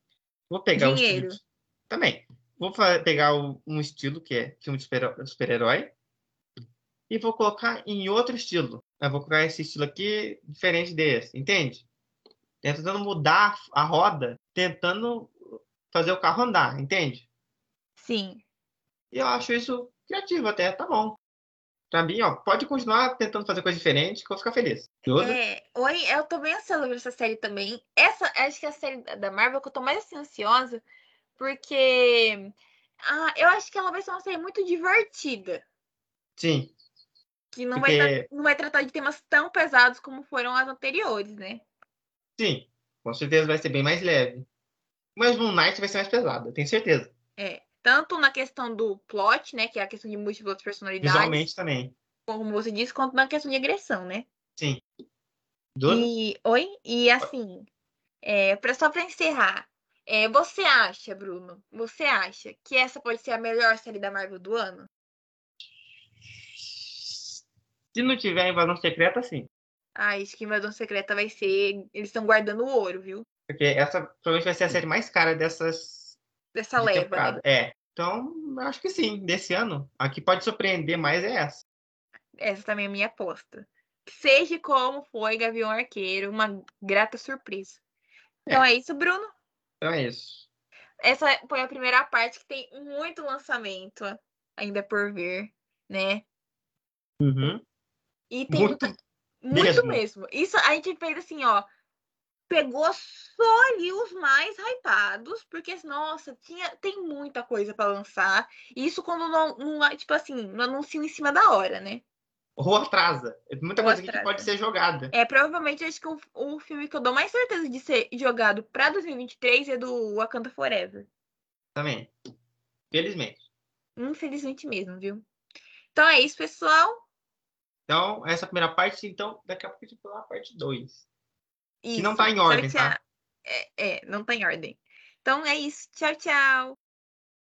Vou pegar o estilo Dinheiro. também. Vou pegar um estilo que é filme de super-herói e vou colocar em outro estilo. Eu vou colocar esse estilo aqui diferente desse, entende? Tentando mudar a roda, tentando fazer o carro andar, entende? Sim. E eu acho isso criativo até, tá bom. Pra mim, ó, pode continuar tentando fazer coisa diferente que eu vou ficar feliz. Beleza? Oi, eu tô bem ansiosa por essa série também. Essa, acho que é a série da Marvel que eu tô mais assim, ansiosa, porque eu acho que ela vai ser uma série muito divertida, Sim, que não vai, porque, não vai tratar de temas tão pesados como foram as anteriores, né? sim, com certeza vai ser bem mais leve. Mas Moon Knight vai ser mais pesado, eu tenho certeza. Tanto na questão do plot, né, que é a questão de múltiplas personalidades, Visualmente também. como você disse, quanto na questão de agressão, né? Sim. Duda? E assim, só pra encerrar, você acha, Bruno, você acha que essa pode ser a melhor série da Marvel do ano? Se não tiver invasão secreta, sim. Acho que Invasão Secreta vai ser. Eles estão guardando o ouro, viu? Porque essa provavelmente vai ser a série mais cara dessas Dessa de leva, né? temporada. É. Então, eu acho que sim, desse ano. A que pode surpreender mais é essa. Essa também é a minha aposta. Seja como foi Gavião Arqueiro, uma grata surpresa. Então É, é isso, Bruno. então é isso. Essa foi a primeira parte que tem muito lançamento ainda por vir, né? Uhum. E tem Muito muito mesmo. mesmo. Isso a gente fez assim, ó. Pegou só ali os mais hypados, porque, nossa, tem muita coisa pra lançar. Isso quando não, tipo assim, não anunciam em cima da hora, né? Ou atrasa. Muita Ou coisa aqui que pode atrasa. ser jogada Provavelmente acho que o filme que eu dou mais certeza de ser jogado pra 2023 é do Wakanda Forever. também. Felizmente. Infelizmente mesmo, viu? Então é isso, pessoal. Então, essa primeira parte, então, daqui a pouco a gente vai falar a parte 2. Que não tá Isso. em ordem, tá? Não tá em ordem. Então é isso. Tchau, tchau.